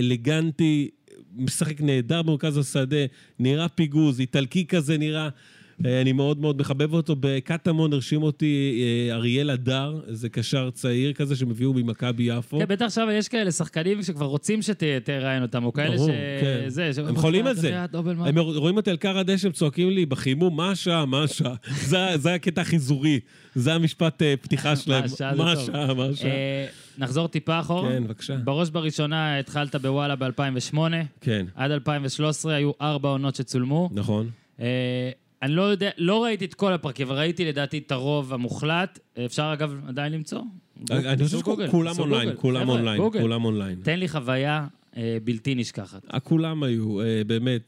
אלגנטי, משחק נהדר במרכז השדה, נראה פיגוז, איטלקי כזה נראה, אני מאוד מאוד מחבב אותו. בקטמון הרשים אותי אריאל הדר, זה קשר צעיר כזה שמביאו ממכבי יפו. כן, בטח עכשיו יש כאלה שחקנים שכבר רוצים שתראיין אותם, או כאלה שזה... הם חולים על זה. הם רואים אותי על קר הדשא, צועקים לי בחימום, מה השעה? זה הקטע החיזורי. זה המשפט פתיחה שלהם. מה השעה? נחזור טיפה אחורה. כן, בבקשה. בראש בראשונה התחלת בוואלה ב-2008. כן. עד 2013 היו 4 עונות שצולמו. נכון. אני לא יודע, לא ראיתי את כל הפרקים, אבל ראיתי לדעתי את הרוב המוחלט. אפשר אגב עדיין למצוא. אני חושב שכולם כולם אונליין. תן לי חוויה בלתי נשכחת. כולם היו, באמת,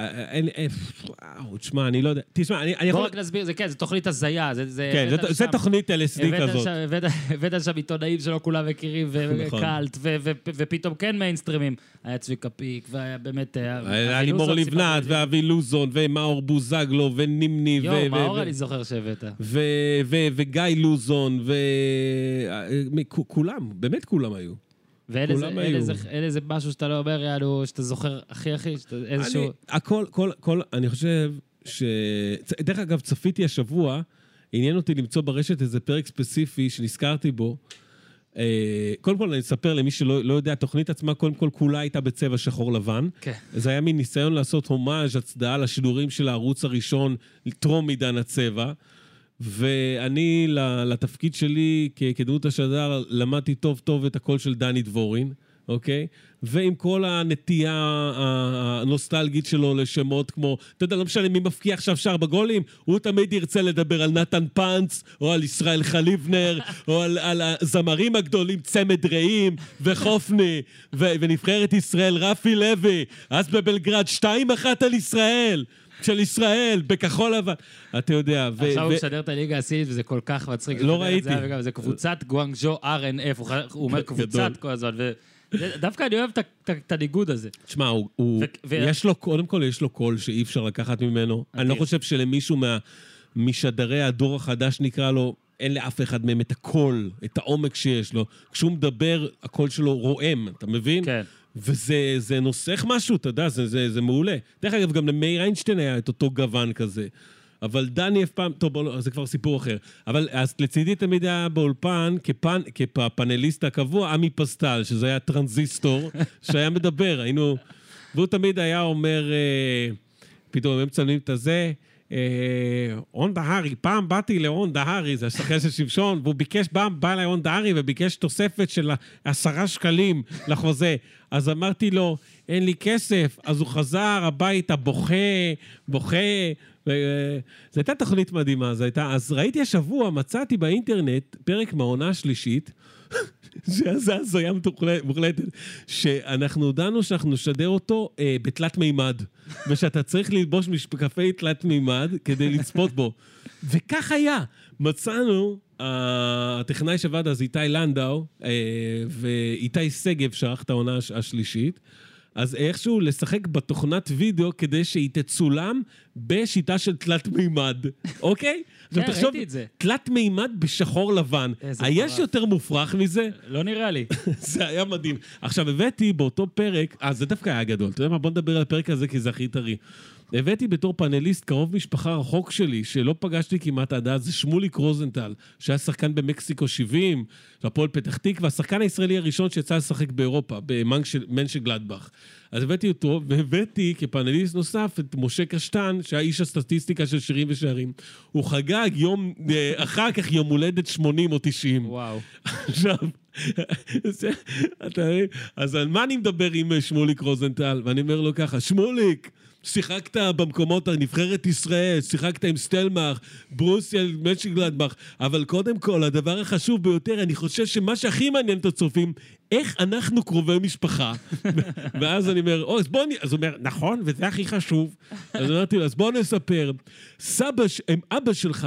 תשמע, אני לא יודע, תשמע, אני יכול... בוא רק נסביר, זה כן, זה תוכנית הזיה, כן, זה תוכנית LSD כזאת. הבאת שם עיתונאים שלא כולם מכירים, וקלט, ופתאום כן מיינסטרימים. היה צביקה פיק, והיה באמת... היה לימור לבנת, ואבי לוזון, ומאור בוזגלו, ונימני, מאור אני זוכר שהבאת. וגיא לוזון, וכולם, באמת כולם היו. ואלה זה משהו שאתה לא אומר, יענו, שאתה זוכר הכי, איזשהו... אני חושב דרך אגב, צפיתי השבוע, עניין אותי למצוא ברשת איזה פרק ספציפי שנזכרתי בו. קודם כל, אני אספר למי שלא יודע, התוכנית עצמה, קודם כל, כולה הייתה בצבע שחור לבן. זה היה מין ניסיון לעשות הומאז' הצדעה לשידורים של הערוץ הראשון, טרום עידן הצבע. ואני לתפקיד שלי כדמות השדר למדתי טוב טוב את הקול של דני דבורין, אוקיי? ועם כל הנטייה הנוסטלגית שלו לשמות כמו, אתה יודע, לא משנה מי מפקיע עכשיו שער בגולים, הוא תמיד ירצה לדבר על נתן פנץ, או על ישראל חליבנר, או על הזמרים הגדולים, צמד רעים, וחופני, ונבחרת ישראל, רפי לוי, אז בבלגרד 2-1 על ישראל. של ישראל, בכחול לבן, אתה יודע. עכשיו הוא משדר את הליגה הסינית, וזה כל כך מצחיק. לא ראיתי. זה קבוצת גואנגז'ו RNF, הוא אומר קבוצת כל הזמן, ודווקא אני אוהב את הניגוד הזה. תשמע, יש לו, קודם כל יש לו קול שאי אפשר לקחת ממנו. אני לא חושב שלמישהו משדרי הדור החדש נקרא לו, אין לאף אחד מהם את הקול, את העומק שיש לו. כשהוא מדבר, הקול שלו רועם, אתה מבין? כן. וזה נוסח משהו, אתה יודע, זה מעולה. דרך אגב, גם למאיר איינשטיין היה את אותו גוון כזה. אבל דני אף פעם, טוב, זה כבר סיפור אחר. אבל אז לצידי תמיד היה באולפן, כפאנליסט הקבוע, עמי פסטל, שזה היה טרנזיסטור, שהיה מדבר, והוא תמיד היה אומר, פתאום הם מצלמים את הזה, און דהרי, פעם באתי לאון דהרי, זה השחקן של שמשון, והוא ביקש, בא לאון דהרי וביקש תוספת של 10 שקלים לחוזה. אז אמרתי לו, אין לי כסף, אז הוא חזר הביתה, בוכה, זו הייתה תוכנית מדהימה, אז ראיתי השבוע, מצאתי באינטרנט פרק מהעונה השלישית, שזה הזויה מוחלטת, שאנחנו הודענו שאנחנו נשדר אותו בתלת מימד, ושאתה צריך ללבוש משקפי תלת מימד כדי לצפות בו. וכך היה. מצאנו, הטכנאי שעבד אז איתי לנדאו, ואיתי סגב שערך את העונה השלישית, אז איכשהו לשחק בתוכנת וידאו כדי שהיא תצולם בשיטה של תלת מימד, אוקיי? כן, ראיתי את זה. תלת מימד בשחור לבן. יש יותר מופרך מזה? לא נראה לי. זה היה מדהים. עכשיו, הבאתי באותו פרק, זה דווקא היה גדול. אתה יודע מה? בוא נדבר על הפרק הזה כי זה הכי טרי. הבאתי בתור פאנליסט קרוב משפחה רחוק שלי, שלא פגשתי כמעט עד אז, זה שמוליק רוזנטל, שהיה שחקן במקסיקו 70, הפועל פתח תקווה, השחקן הישראלי הראשון שיצא לשחק באירופה, במנשגלדבך. אז הבאתי אותו, והבאתי כפאנליסט נוסף את משה קשטן, שהיה איש הסטטיסטיקה של שירים ושערים. הוא חגג יום, אחר כך יום הולדת 80 או 90. וואו. עכשיו, אז על מה אני מדבר עם שמוליק רוזנטל? ואני אומר לו ככה, שמוליק, שיחקת במקומות הנבחרת ישראל, שיחקת עם סטלמך, ברוסיה, מנשגלדבך, אבל קודם כל, הדבר החשוב ביותר, אני חושב שמה שהכי מעניין את הצופים, איך אנחנו קרובי משפחה. ואז אני אומר, אז הוא אומר, נכון, וזה הכי חשוב. אז אמרתי לו, אז בוא נספר, אבא שלך,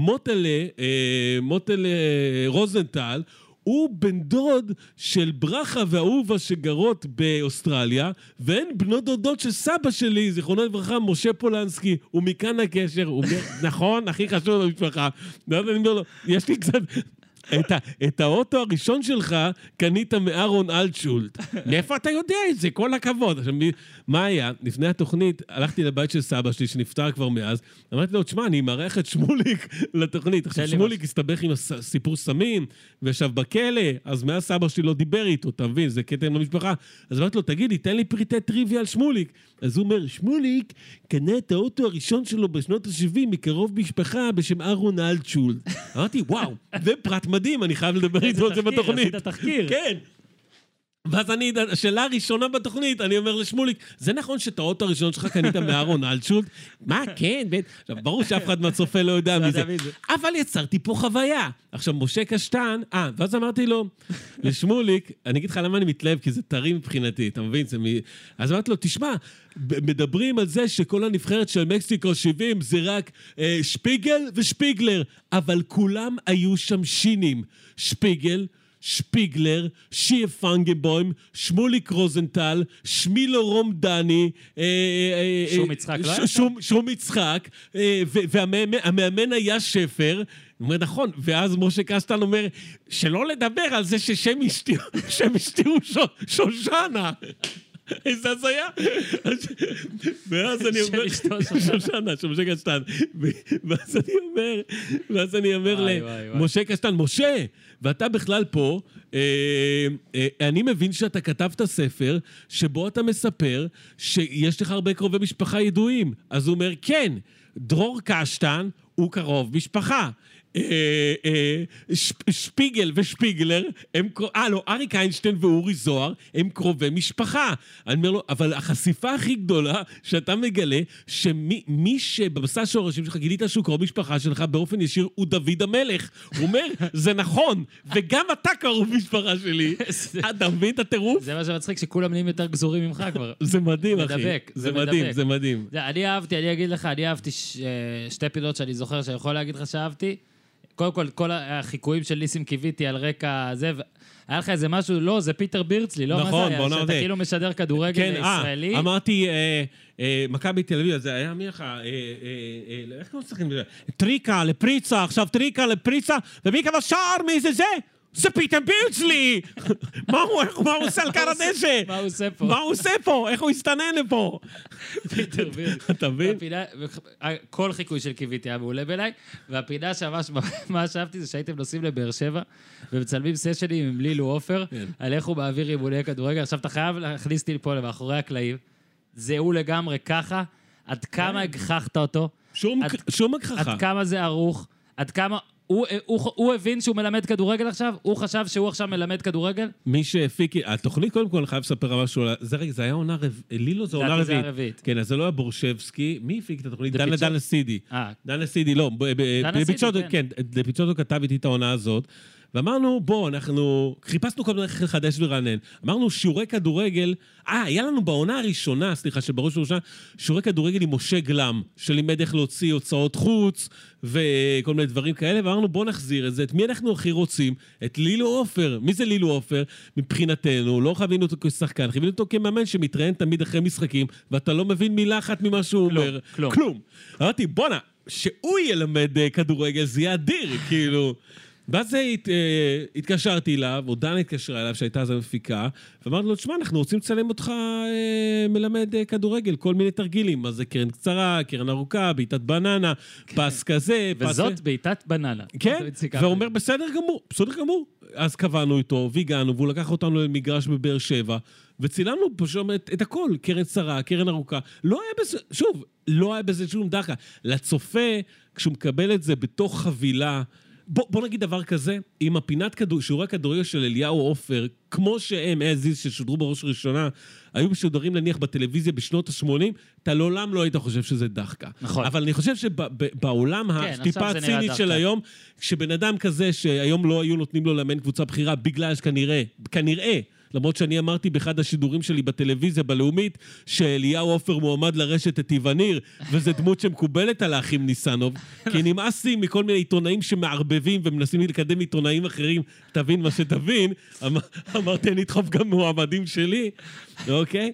מוטלה רוזנטל, הוא בן דוד של ברכה ואהובה שגרות באוסטרליה, והן בנות דודות של סבא שלי, זיכרונו לברכה, משה פולנסקי, ומכאן הקשר, הוא אומר, נכון, הכי חשוב במשפחה. ואז אני אומר לו, יש לי קצת, את האוטו הראשון שלך קנית מארון אלטשולט. מאיפה אתה יודע את זה? כל הכבוד. עכשיו, מה היה? לפני התוכנית, הלכתי לבית של סבא שלי, שנפטר כבר מאז, אמרתי לו, תשמע, אני מארח את שמוליק לתוכנית. עכשיו, שמוליק הסתבך עם סיפור סמים, וישב בכלא, אז מאז סבא שלי לא דיבר איתו, אתה מבין? זה קטע עם המשפחה. אז אמרתי לו, תגיד, תן לי פריטי טריוויה על שמוליק. אז הוא אומר, שמוליק קנה את האוטו הראשון שלו בשנות ה-70 מקרוב משפחה בשם ארון אלטשולט. אמרתי, וואו, זה פרט מדהים, אני חייב לדבר איתו על זה בתוכנית. עשית תחקיר. כן. ואז השאלה הראשונה בתוכנית, אני אומר לשמוליק, זה נכון שאת האוטו הראשון שלך קנית מארון אלטשולט? מה, כן, עכשיו, ברור שאף אחד מהצופה לא יודע מזה. אבל יצרתי פה חוויה. עכשיו, משה קשטן, ואז אמרתי לו, לשמוליק, אני אגיד לך למה אני מתלהב, כי זה טרי מבחינתי, אתה מבין? אז אמרתי לו, תשמע, מדברים על זה שכל הנבחרת של מקסיקו 70 זה רק שפיגל ושפיגלר, אבל כולם היו שם שינים. שפיגל, שפיגלר, שיה פנגנבוים, שמוליק רוזנטל, שמילו רומדני, שום יצחק, לא? שום יצחק, והמאמן היה שפר, הוא אומר, נכון, ואז משה קשטן אומר, שלא לדבר על זה ששם השתירו שושנה. איזה הזיה. ואז אני אומר, שושנה, שמשה קשטן. ואז אני אומר למשה קשטן, משה, ואתה בכלל פה, אני מבין שאתה כתבת ספר, שבו אתה מספר שיש לך הרבה קרובי משפחה ידועים. אז הוא אומר, כן, דרור קשטן הוא קרוב משפחה. שפיגל ושפיגלר, אריק איינשטיין ואורי זוהר, הם קרובי משפחה. אני אומר לו, אבל החשיפה הכי גדולה שאתה מגלה, שמי שבמסע שורשים שלך גילית שהוא קרוב משפחה שלך באופן ישיר, הוא דוד המלך. הוא אומר, זה נכון, וגם אתה קרוב משפחה שלי. אתה מבין את הטירוף? זה מה שמצחיק, שכולם נהיים יותר גזורים ממך כבר. זה מדהים, אחי. זה מדהים, זה מדהים. אני אגיד לך, אני אהבתי שתי פינות שאני זוכר שאני יכול להגיד לך שאהבתי. קודם כל, כל החיקויים של ניסים קיוויתי על רקע זה, היה לך איזה משהו, לא, זה פיטר בירצלי, לא? נכון, מה זה היה? שאתה כאילו משדר כדורגל ישראלי? אמרתי, מכבי תל אביב, זה היה מי לך, איך קוראים צריכים לזה? טריקה לפריצה, עכשיו טריקה לפריצה, ומי כמה שער מי זה? זה פיטר בירצלי! מה הוא עושה על קר הדשא? מה הוא עושה פה? מה הוא עושה פה? איך הוא הסתנן לפה? פיטר בירצלי. אתה מבין? כל חיקוי של קיוויתי היה מעולה בעיניי, והפינה שממש אהבתי זה שהייתם נוסעים לבאר שבע, ומצלמים סשנים עם לילו עופר, על איך הוא מעביר אימוני כדורגל. עכשיו אתה חייב להכניס אותי פה מאחורי הקלעים, זהו לגמרי ככה, עד כמה הגחכת אותו, שום הגחכה. עד כמה זה ערוך, עד כמה... הוא הבין שהוא מלמד כדורגל עכשיו? הוא חשב שהוא עכשיו מלמד כדורגל? מי שהפיק... התוכנית, קודם כל, אני חייב לספר משהו... זה היה עונה רביעית. לילו זה עונה רביעית. כן, אז זה לא היה בורשבסקי. מי הפיק את התוכנית? דן לסידי. דן לסידי, לא. לפיצ'וטו כתב איתי את העונה הזאת. ואמרנו, בוא, אנחנו חיפשנו כל מיני חדש ורענן. אמרנו, שיעורי כדורגל... היה לנו בעונה הראשונה, סליחה, שבראש הראשונה, שיעורי כדורגל עם משה גלם, שלימד איך להוציא הוצאות חוץ, וכל מיני דברים כאלה, ואמרנו, בוא נחזיר את זה. את מי אנחנו הכי רוצים? את לילו עופר. מי זה לילו עופר? מבחינתנו, לא חווינו אותו כשחקן, חווינו אותו כמאמן שמתראיין תמיד אחרי משחקים, ואתה לא מבין מילה אחת ממה שהוא אומר. כלום. אמרתי, בונה, שהוא ילמד כדורגל, זה יהיה אדיר, כאילו... ואז התקשרתי אליו, או דן התקשרה אליו, שהייתה אז המפיקה, ואמרתי לו, תשמע, אנחנו רוצים לצלם אותך מלמד כדורגל, כל מיני תרגילים, מה זה קרן קצרה, קרן ארוכה, בעיטת בננה, פס כזה, וזאת בעיטת בננה. כן, והוא אומר, בסדר גמור. אז קבענו איתו, והגענו, והוא לקח אותנו למגרש בבאר שבע, וצילמנו פשוט את הכל, קרן קצרה, קרן ארוכה. לא היה בזה שום דחקה. לצופה, כשהוא מקבל את זה בתוך חבילה, בוא נגיד דבר כזה, עם הפינת שיעורי הכדורגל של אליהו עופר, כמו שהם הזיז ששודרו בראש הראשונה, היו משודרים להניח בטלוויזיה בשנות ה-80, אתה לעולם לא היית חושב שזה דחקה. נכון. אבל אני חושב שבעולם הטיפה הצינית של היום, כשבן אדם כזה שהיום לא היו נותנים לו לאמן קבוצה בחירה, בגלל שכנראה, למרות שאני אמרתי באחד השידורים שלי בטלוויזיה, בלאומית, שאליהו עופר מועמד לרשת את איווניר, וזו דמות שמקובלת על האחים ניסנוב, כי נמאסתי מכל מיני עיתונאים שמערבבים ומנסים לקדם עיתונאים אחרים, תבין מה שתבין, אמרתי, אני אדחוף גם מועמדים שלי, אוקיי?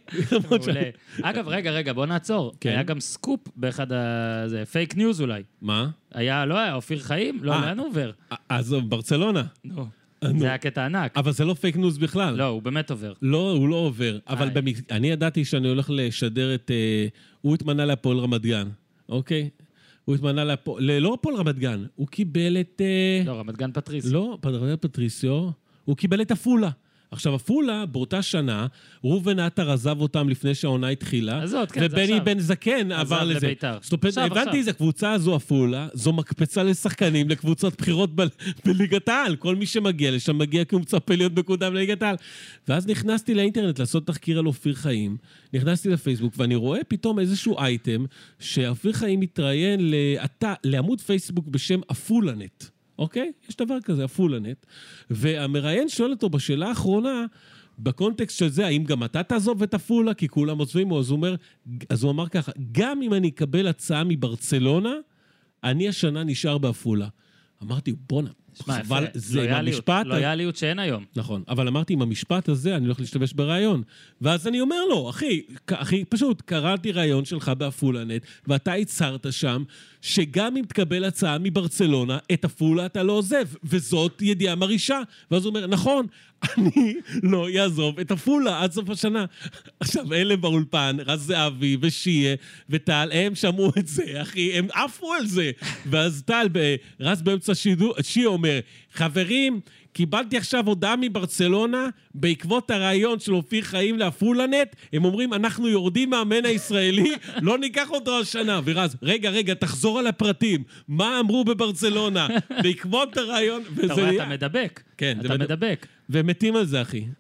אגב, רגע, בוא נעצור. היה גם סקופ באחד פייק ניוז אולי. מה? לא היה אופיר חיים? לא, לאן הוא עובר? אז ברצלונה. זה היה קטע ענק. אבל זה לא פייק ניוז בכלל. לא, הוא באמת עובר. לא, הוא לא עובר. אבל אני ידעתי שאני הולך לשדר הוא התמנה להפועל רמת גן, אוקיי? הוא התמנה לא הפועל רמת גן, הוא קיבל את... לא, רמת גן פטריסיו. לא, פטריסיו, הוא קיבל את אפולה. עכשיו, אפולה, באותה שנה, ראובן עטר עזב אותם לפני שהעונה התחילה, ובני בן זקן עבר לזה. הבנתי, זה קבוצה הזו אפולה, זו מקפצה לשחקנים, לקבוצות בחירות בליגת העל. כל מי שמגיע לשם מגיע כי הוא מצפה להיות מקודם לליגת העל. ואז נכנסתי לאינטרנט לעשות תחקיר על אופיר חיים, נכנסתי לפייסבוק, ואני רואה פתאום איזשהו אייטם, שאופיר חיים מתראיין לעמוד פייסבוק בשם אפולנט. אוקיי? יש דבר כזה, אפולנט. והמראיין שואל אותו בשאלה האחרונה, בקונטקסט של זה, האם גם אתה תעזוב את אפולה? כי כולם עוזבים, אז הוא אמר ככה, גם אם אני אקבל הצעה מברצלונה, אני השנה נשאר באפולה. אמרתי, בונה, חבל, זה עם המשפט... לויאליות שאין היום. נכון, אבל אמרתי, עם המשפט הזה, אני הולך להשתמש ברעיון. ואז אני אומר לו, אחי, פשוט, קראתי רעיון שלך באפולנט, ואתה הצהרת שם, שגם אם תקבל הצעה מברצלונה, את אפולה אתה לא עוזב, וזאת ידיעה מרישה. ואז הוא אומר, נכון, אני לא יעזוב את אפולה עד סוף השנה. עכשיו, אלה באולפן, רז זהבי ושיה וטל, הם שמעו את זה, אחי, הם עפו על זה. ואז טל, רז באמצע שיה אומר, חברים, קיבלתי עכשיו הודעה מברצלונה, בעקבות הרעיון של אופיר חיים לאפולנט, הם אומרים, אנחנו יורדים מהאמן הישראלי, לא ניקח אותו השנה. ורז, רגע, תחזור על הפרטים. מה אמרו בברצלונה? בעקבות הרעיון... אתה רואה, אתה מדבק. כן. אתה מדבק. ומתים על זה, אחי.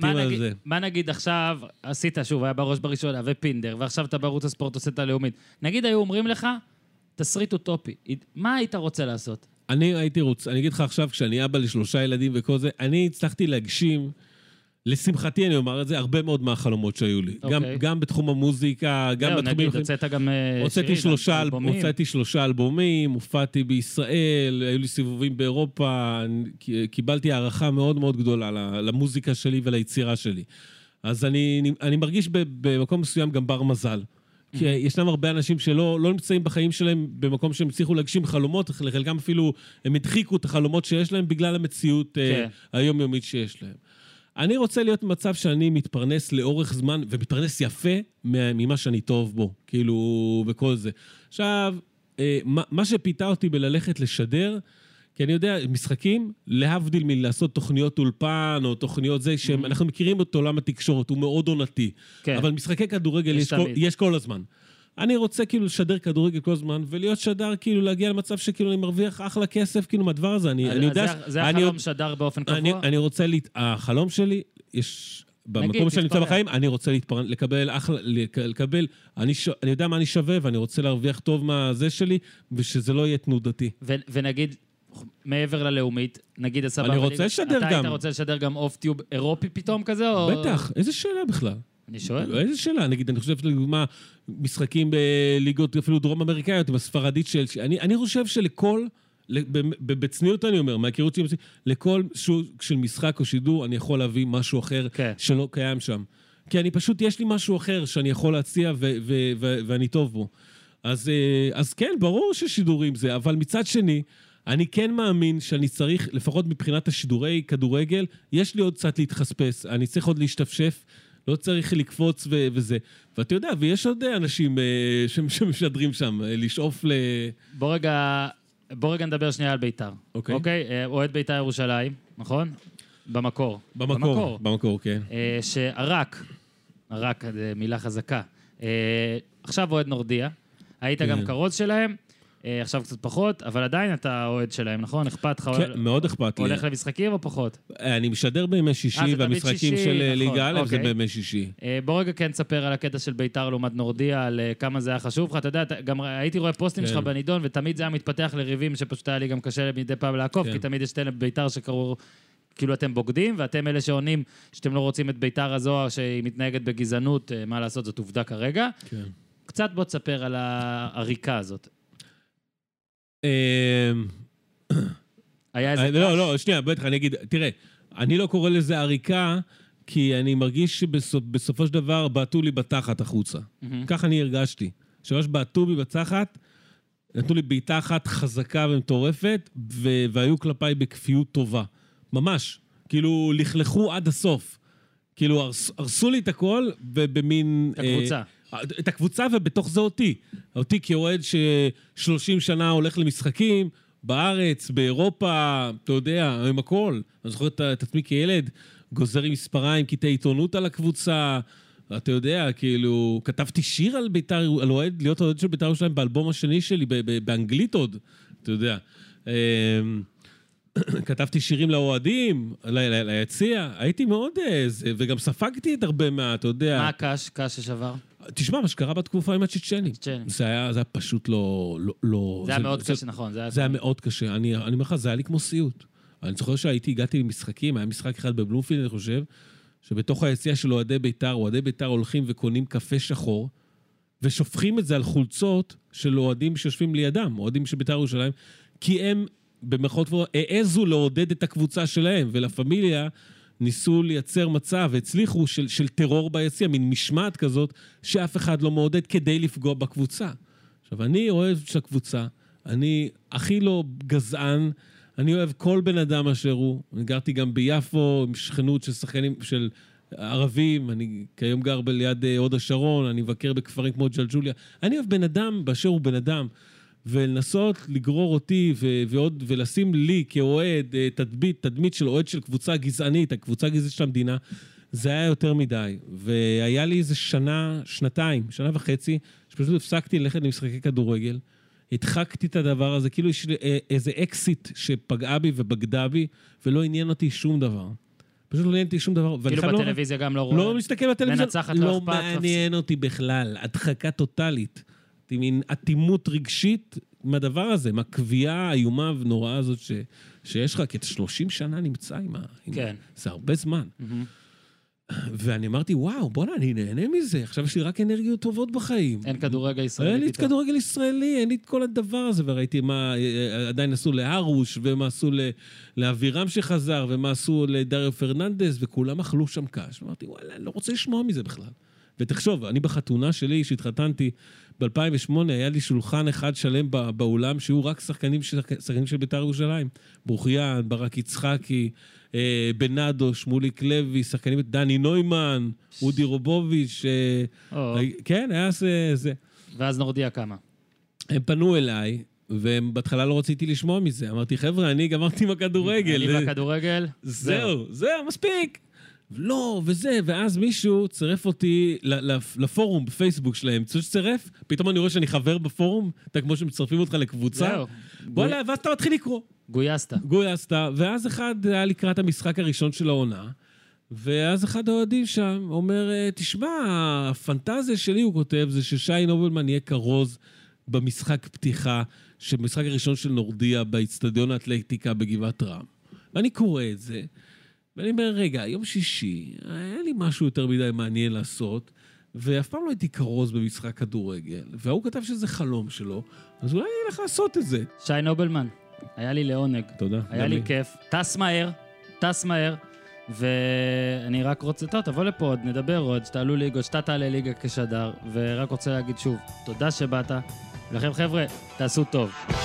מה נגיד עכשיו, עשית שוב, היה בראש בראשונה, ופינדר, ועכשיו אתה בערוץ הספורט עושה את הלאומית. נגיד היו אומרים לך, תסריט אוטופי. מה היית רוצה לעשות? אני אגיד לך עכשיו, כשאני אבא ל3 ילדים וכל זה, אני הצלחתי להגשים, לשמחתי אני אומר את זה, הרבה מאוד מהחלומות שהיו לי. גם בתחום המוזיקה, גם בתחומים... נגיד, הוצאת גם הוצאתי 3 אלבומים, הופעתי בישראל, היו לי סיבובים באירופה, קיבלתי הערכה מאוד מאוד גדולה למוזיקה שלי וליצירה שלי. אז אני מרגיש במקום מסוים גם בר מזל. כי ישנם הרבה אנשים שלא נמצאים בחיים שלהם במקום שהם הצליחו להגשים חלומות, לחלקם אפילו הם הדחיקו את החלומות שיש להם בגלל המציאות היומיומית שיש להם. אני רוצה להיות במצב שאני מתפרנס לאורך זמן, ומתפרנס יפה ממה שאני טוב בו, כאילו, בכל זה. עכשיו, מה שפיתה אותי בללכת לשדר, כי אני יודע, משחקים, להבדיל מלעשות תוכניות אולפן, או תוכניות זה, שאנחנו מכירים את עולם התקשורת, הוא מאוד עונתי. אבל משחקי כדורגל יש כל הזמן. אני רוצה כאילו לשדר כדורגל כל הזמן, ולהיות שדר, כאילו להגיע למצב שכאילו אני מרוויח אחלה כסף, כאילו מהדבר הזה. זה החלום שדר באופן קבוע? אני רוצה, החלום שלי, יש... במקום שאני נמצא בחיים, אני רוצה לקבל, אני יודע מה אני שווה, ואני רוצה להרוויח טוב מה-זה שלי, ושזה לא יהיה תנודתי. ונגיד, מעבר ללאומית, נגיד הסבבה... אני רוצה לשדר גם. אתה היית רוצה לשדר גם אוף-טיוב אירופי פתאום כזה, או... בטח, איזה שאלה בכלל? אני שואל. איזה שאלה? נגיד, אני חושב לדוגמה, משחקים בליגות אפילו דרום אמריקאיות, עם הספרדית של... אני חושב שלכל... בצניעות אני אומר, מהכירות שלי, לכל סוג של משחק או שידור, אני יכול להביא משהו אחר שלא קיים שם. כי אני פשוט, יש לי משהו אחר שאני יכול להציע ואני טוב בו. אז כן, ברור ששידורים זה, אבל מצד שני, אני כן מאמין שאני צריך, לפחות מבחינת השידורי כדורגל, יש לי עוד קצת להתחספס, אני צריך עוד להשתפשף, לא צריך לקפוץ וזה. ואתה יודע, ויש עוד אנשים שמשדרים שם, לשאוף ל... בוא רגע נדבר שנייה על ביתר. אוקיי? אוהד ביתר ירושלים, נכון? במקור, כן. שערק, מילה חזקה, עכשיו אוהד נורדיה, היית גם קרוז שלהם, עכשיו קצת פחות, אבל עדיין אתה אוהד שלהם, נכון? אכפת לך? כן, מאוד אכפת לי. הולך למשחקים או פחות? אני משדר בימי שישי, והמשחקים של ליגה א' זה בימי שישי. בוא רגע כן תספר על הקטע של ביתר לעומת נורדיה, על כמה זה היה חשוב לך. אתה יודע, גם הייתי רואה פוסטים שלך בנידון, ותמיד זה היה מתפתח לריבים, שפשוט היה לי גם קשה מדי פעם לעקוב, כי תמיד יש תלם ביתר שקראו כאילו אתם בוגדים, ואתם אלה שעונים שאתם לא רוצים את ביתר הזוהר, שהיא מתנהגת בגזענות, מה לעשות, זאת עובדה כרגע. כן. קצת בוא תספר על העריקה הזאת. היה איזה... לא, שנייה, בטח, אני אגיד, תראה, אני לא קורא לזה עריקה, כי אני מרגיש שבסופו של דבר בעטו לי בתחת החוצה. כך אני הרגשתי. שממש בעטו בי בתחת, נתנו לי בעיטה אחת חזקה ומטורפת, והיו כלפיי בכפיות טובה. ממש. כאילו, לכלכו עד הסוף. כאילו, הרסו לי את הכל, ובמין... את הקבוצה. את הקבוצה, ובתוך זה אותי. אותי כאוהד ש30 שנה הולך למשחקים, בארץ, באירופה, אתה יודע, עם הכל. אני זוכר את עצמי כילד, גוזר עם מספריים, קטעי עיתונות על הקבוצה, אתה יודע, כאילו, כתבתי שיר על ביתר, על אוהד, להיות אוהד של ביתר ירושלים באלבום השני שלי, באנגלית עוד, אתה יודע. כתבתי שירים לאוהדים, ליציע, הייתי מאוד זה, וגם ספגתי את הרבה מה, אתה יודע. מה הקש ששבר? תשמע, מה שקרה בתקופה עם הצ'צ'נים. זה היה פשוט לא... זה היה מאוד קשה, נכון. זה היה מאוד קשה. אני אומר לך, זה היה לי כמו סיוט. אני זוכר הגעתי למשחקים, היה משחק אחד בבלומפילד, אני חושב, שבתוך היציע של אוהדי ביתר הולכים וקונים קפה שחור, ושופכים את זה על חולצות של אוהדים שיושבים לידם, אוהדים של ביתר ירושלים, כי הם במרכאות העזו לעודד את הקבוצה שלהם, ולפמיליה ניסו לייצר מצב, והצליחו של טרור ביציע, מין משמעת כזאת, שאף אחד לא מעודד כדי לפגוע בקבוצה. עכשיו, אני אוהב של הקבוצה, אני הכי לא גזען, אני אוהב כל בן אדם אשר הוא, אני גרתי גם ביפו, עם שכנות של שחקנים, של ערבים, אני כיום גר ליד הוד השרון, אני מבקר בכפרים כמו ג'לג'וליה, אני אוהב בן אדם באשר הוא בן אדם, ולנסות לגרור אותי ולשים לי כאוהד תדמית של אוהד של קבוצה גזענית, הקבוצה הגזענית של המדינה, זה היה יותר מדי. והיה לי איזה שנה וחצי, שפשוט הפסקתי ללכת למשחקי כדורגל, הדחקתי את הדבר הזה, כאילו יש איזה אקסיט שפגעה בי ובגדה בי, ולא עניין אותי שום דבר. פשוט לא עניין אותי שום דבר. כאילו בטלוויזיה גם לא רואה. לא מסתכל בטלוויזיה. מנצחת לא אכפת. לא מעניין אותי בכלל. הדחקה טוטלית. מין אטימות רגשית מהדבר הזה, מהקביעה האיומה ונוראה הזאת שיש לך, כי 30 שנה נמצא עם כן. זה הרבה זמן. ואני אמרתי, וואו, בוא'נה, אני נהנה מזה, עכשיו יש לי רק אנרגיות טובות בחיים. אין כדורגל ישראלי. אין לי כדורגל ישראלי, אין לי את כל הדבר הזה, וראיתי מה עדיין עשו להרוש, ומה עשו לאבירם שחזר, ומה עשו לדריו פרננדס, וכולם אכלו שם קש. ואמרתי, וואלה, אני לא רוצה לשמוע מזה בכלל. ותחשוב, אני בחתונה שלי, שהתחתנתי ב-2008, היה לי שולחן אחד שלם באולם, שהוא רק שחקנים של ביתר ירושלים. ברוכיאן, ברק יצחקי, בנאדו, שמוליק לוי, שחקנים, דני נוימן, אודי רובוביץ', כן, היה זה. ואז נורדיה כמה? הם פנו אליי, ובהתחלה לא רציתי לשמוע מזה. אמרתי, חבר'ה, אני גמרתי עם הכדורגל. אני בכדורגל. זהו, מספיק. לא, וזה, ואז מישהו צירף אותי לפורום בפייסבוק שלהם. שצירף, פתאום אני רואה שאני חבר בפורום, אתה כמו שמצרפים אותך לקבוצה. זהו. וואלה, ואז אתה מתחיל לקרוא. גויסת, ואז אחד היה לקראת המשחק הראשון של העונה, ואז אחד האוהדים שם אומר, תשמע, הפנטזיה שלי, הוא כותב, זה ששי נובלמן יהיה כרוז במשחק פתיחה, שבמשחק הראשון של נורדיה, באצטדיון האתלטיקה בגבעת רם. ואני קורא את זה, ואני אומר, רגע, יום שישי, היה לי משהו יותר מדי מעניין לעשות, ואף פעם לא הייתי כרוז במשחק כדורגל, והוא כתב שזה חלום שלו, אז אולי אני אלך לעשות את זה. שי נובלמן, היה לי לעונג. תודה. היה לי כיף. טס מהר, ואני רק רוצה, תבוא לפה עוד, נדבר עוד, שתעלו ליגה, שאתה תעלה ליגה כשדר, ורק רוצה להגיד שוב, תודה שבאת, ולכם חבר'ה, תעשו טוב.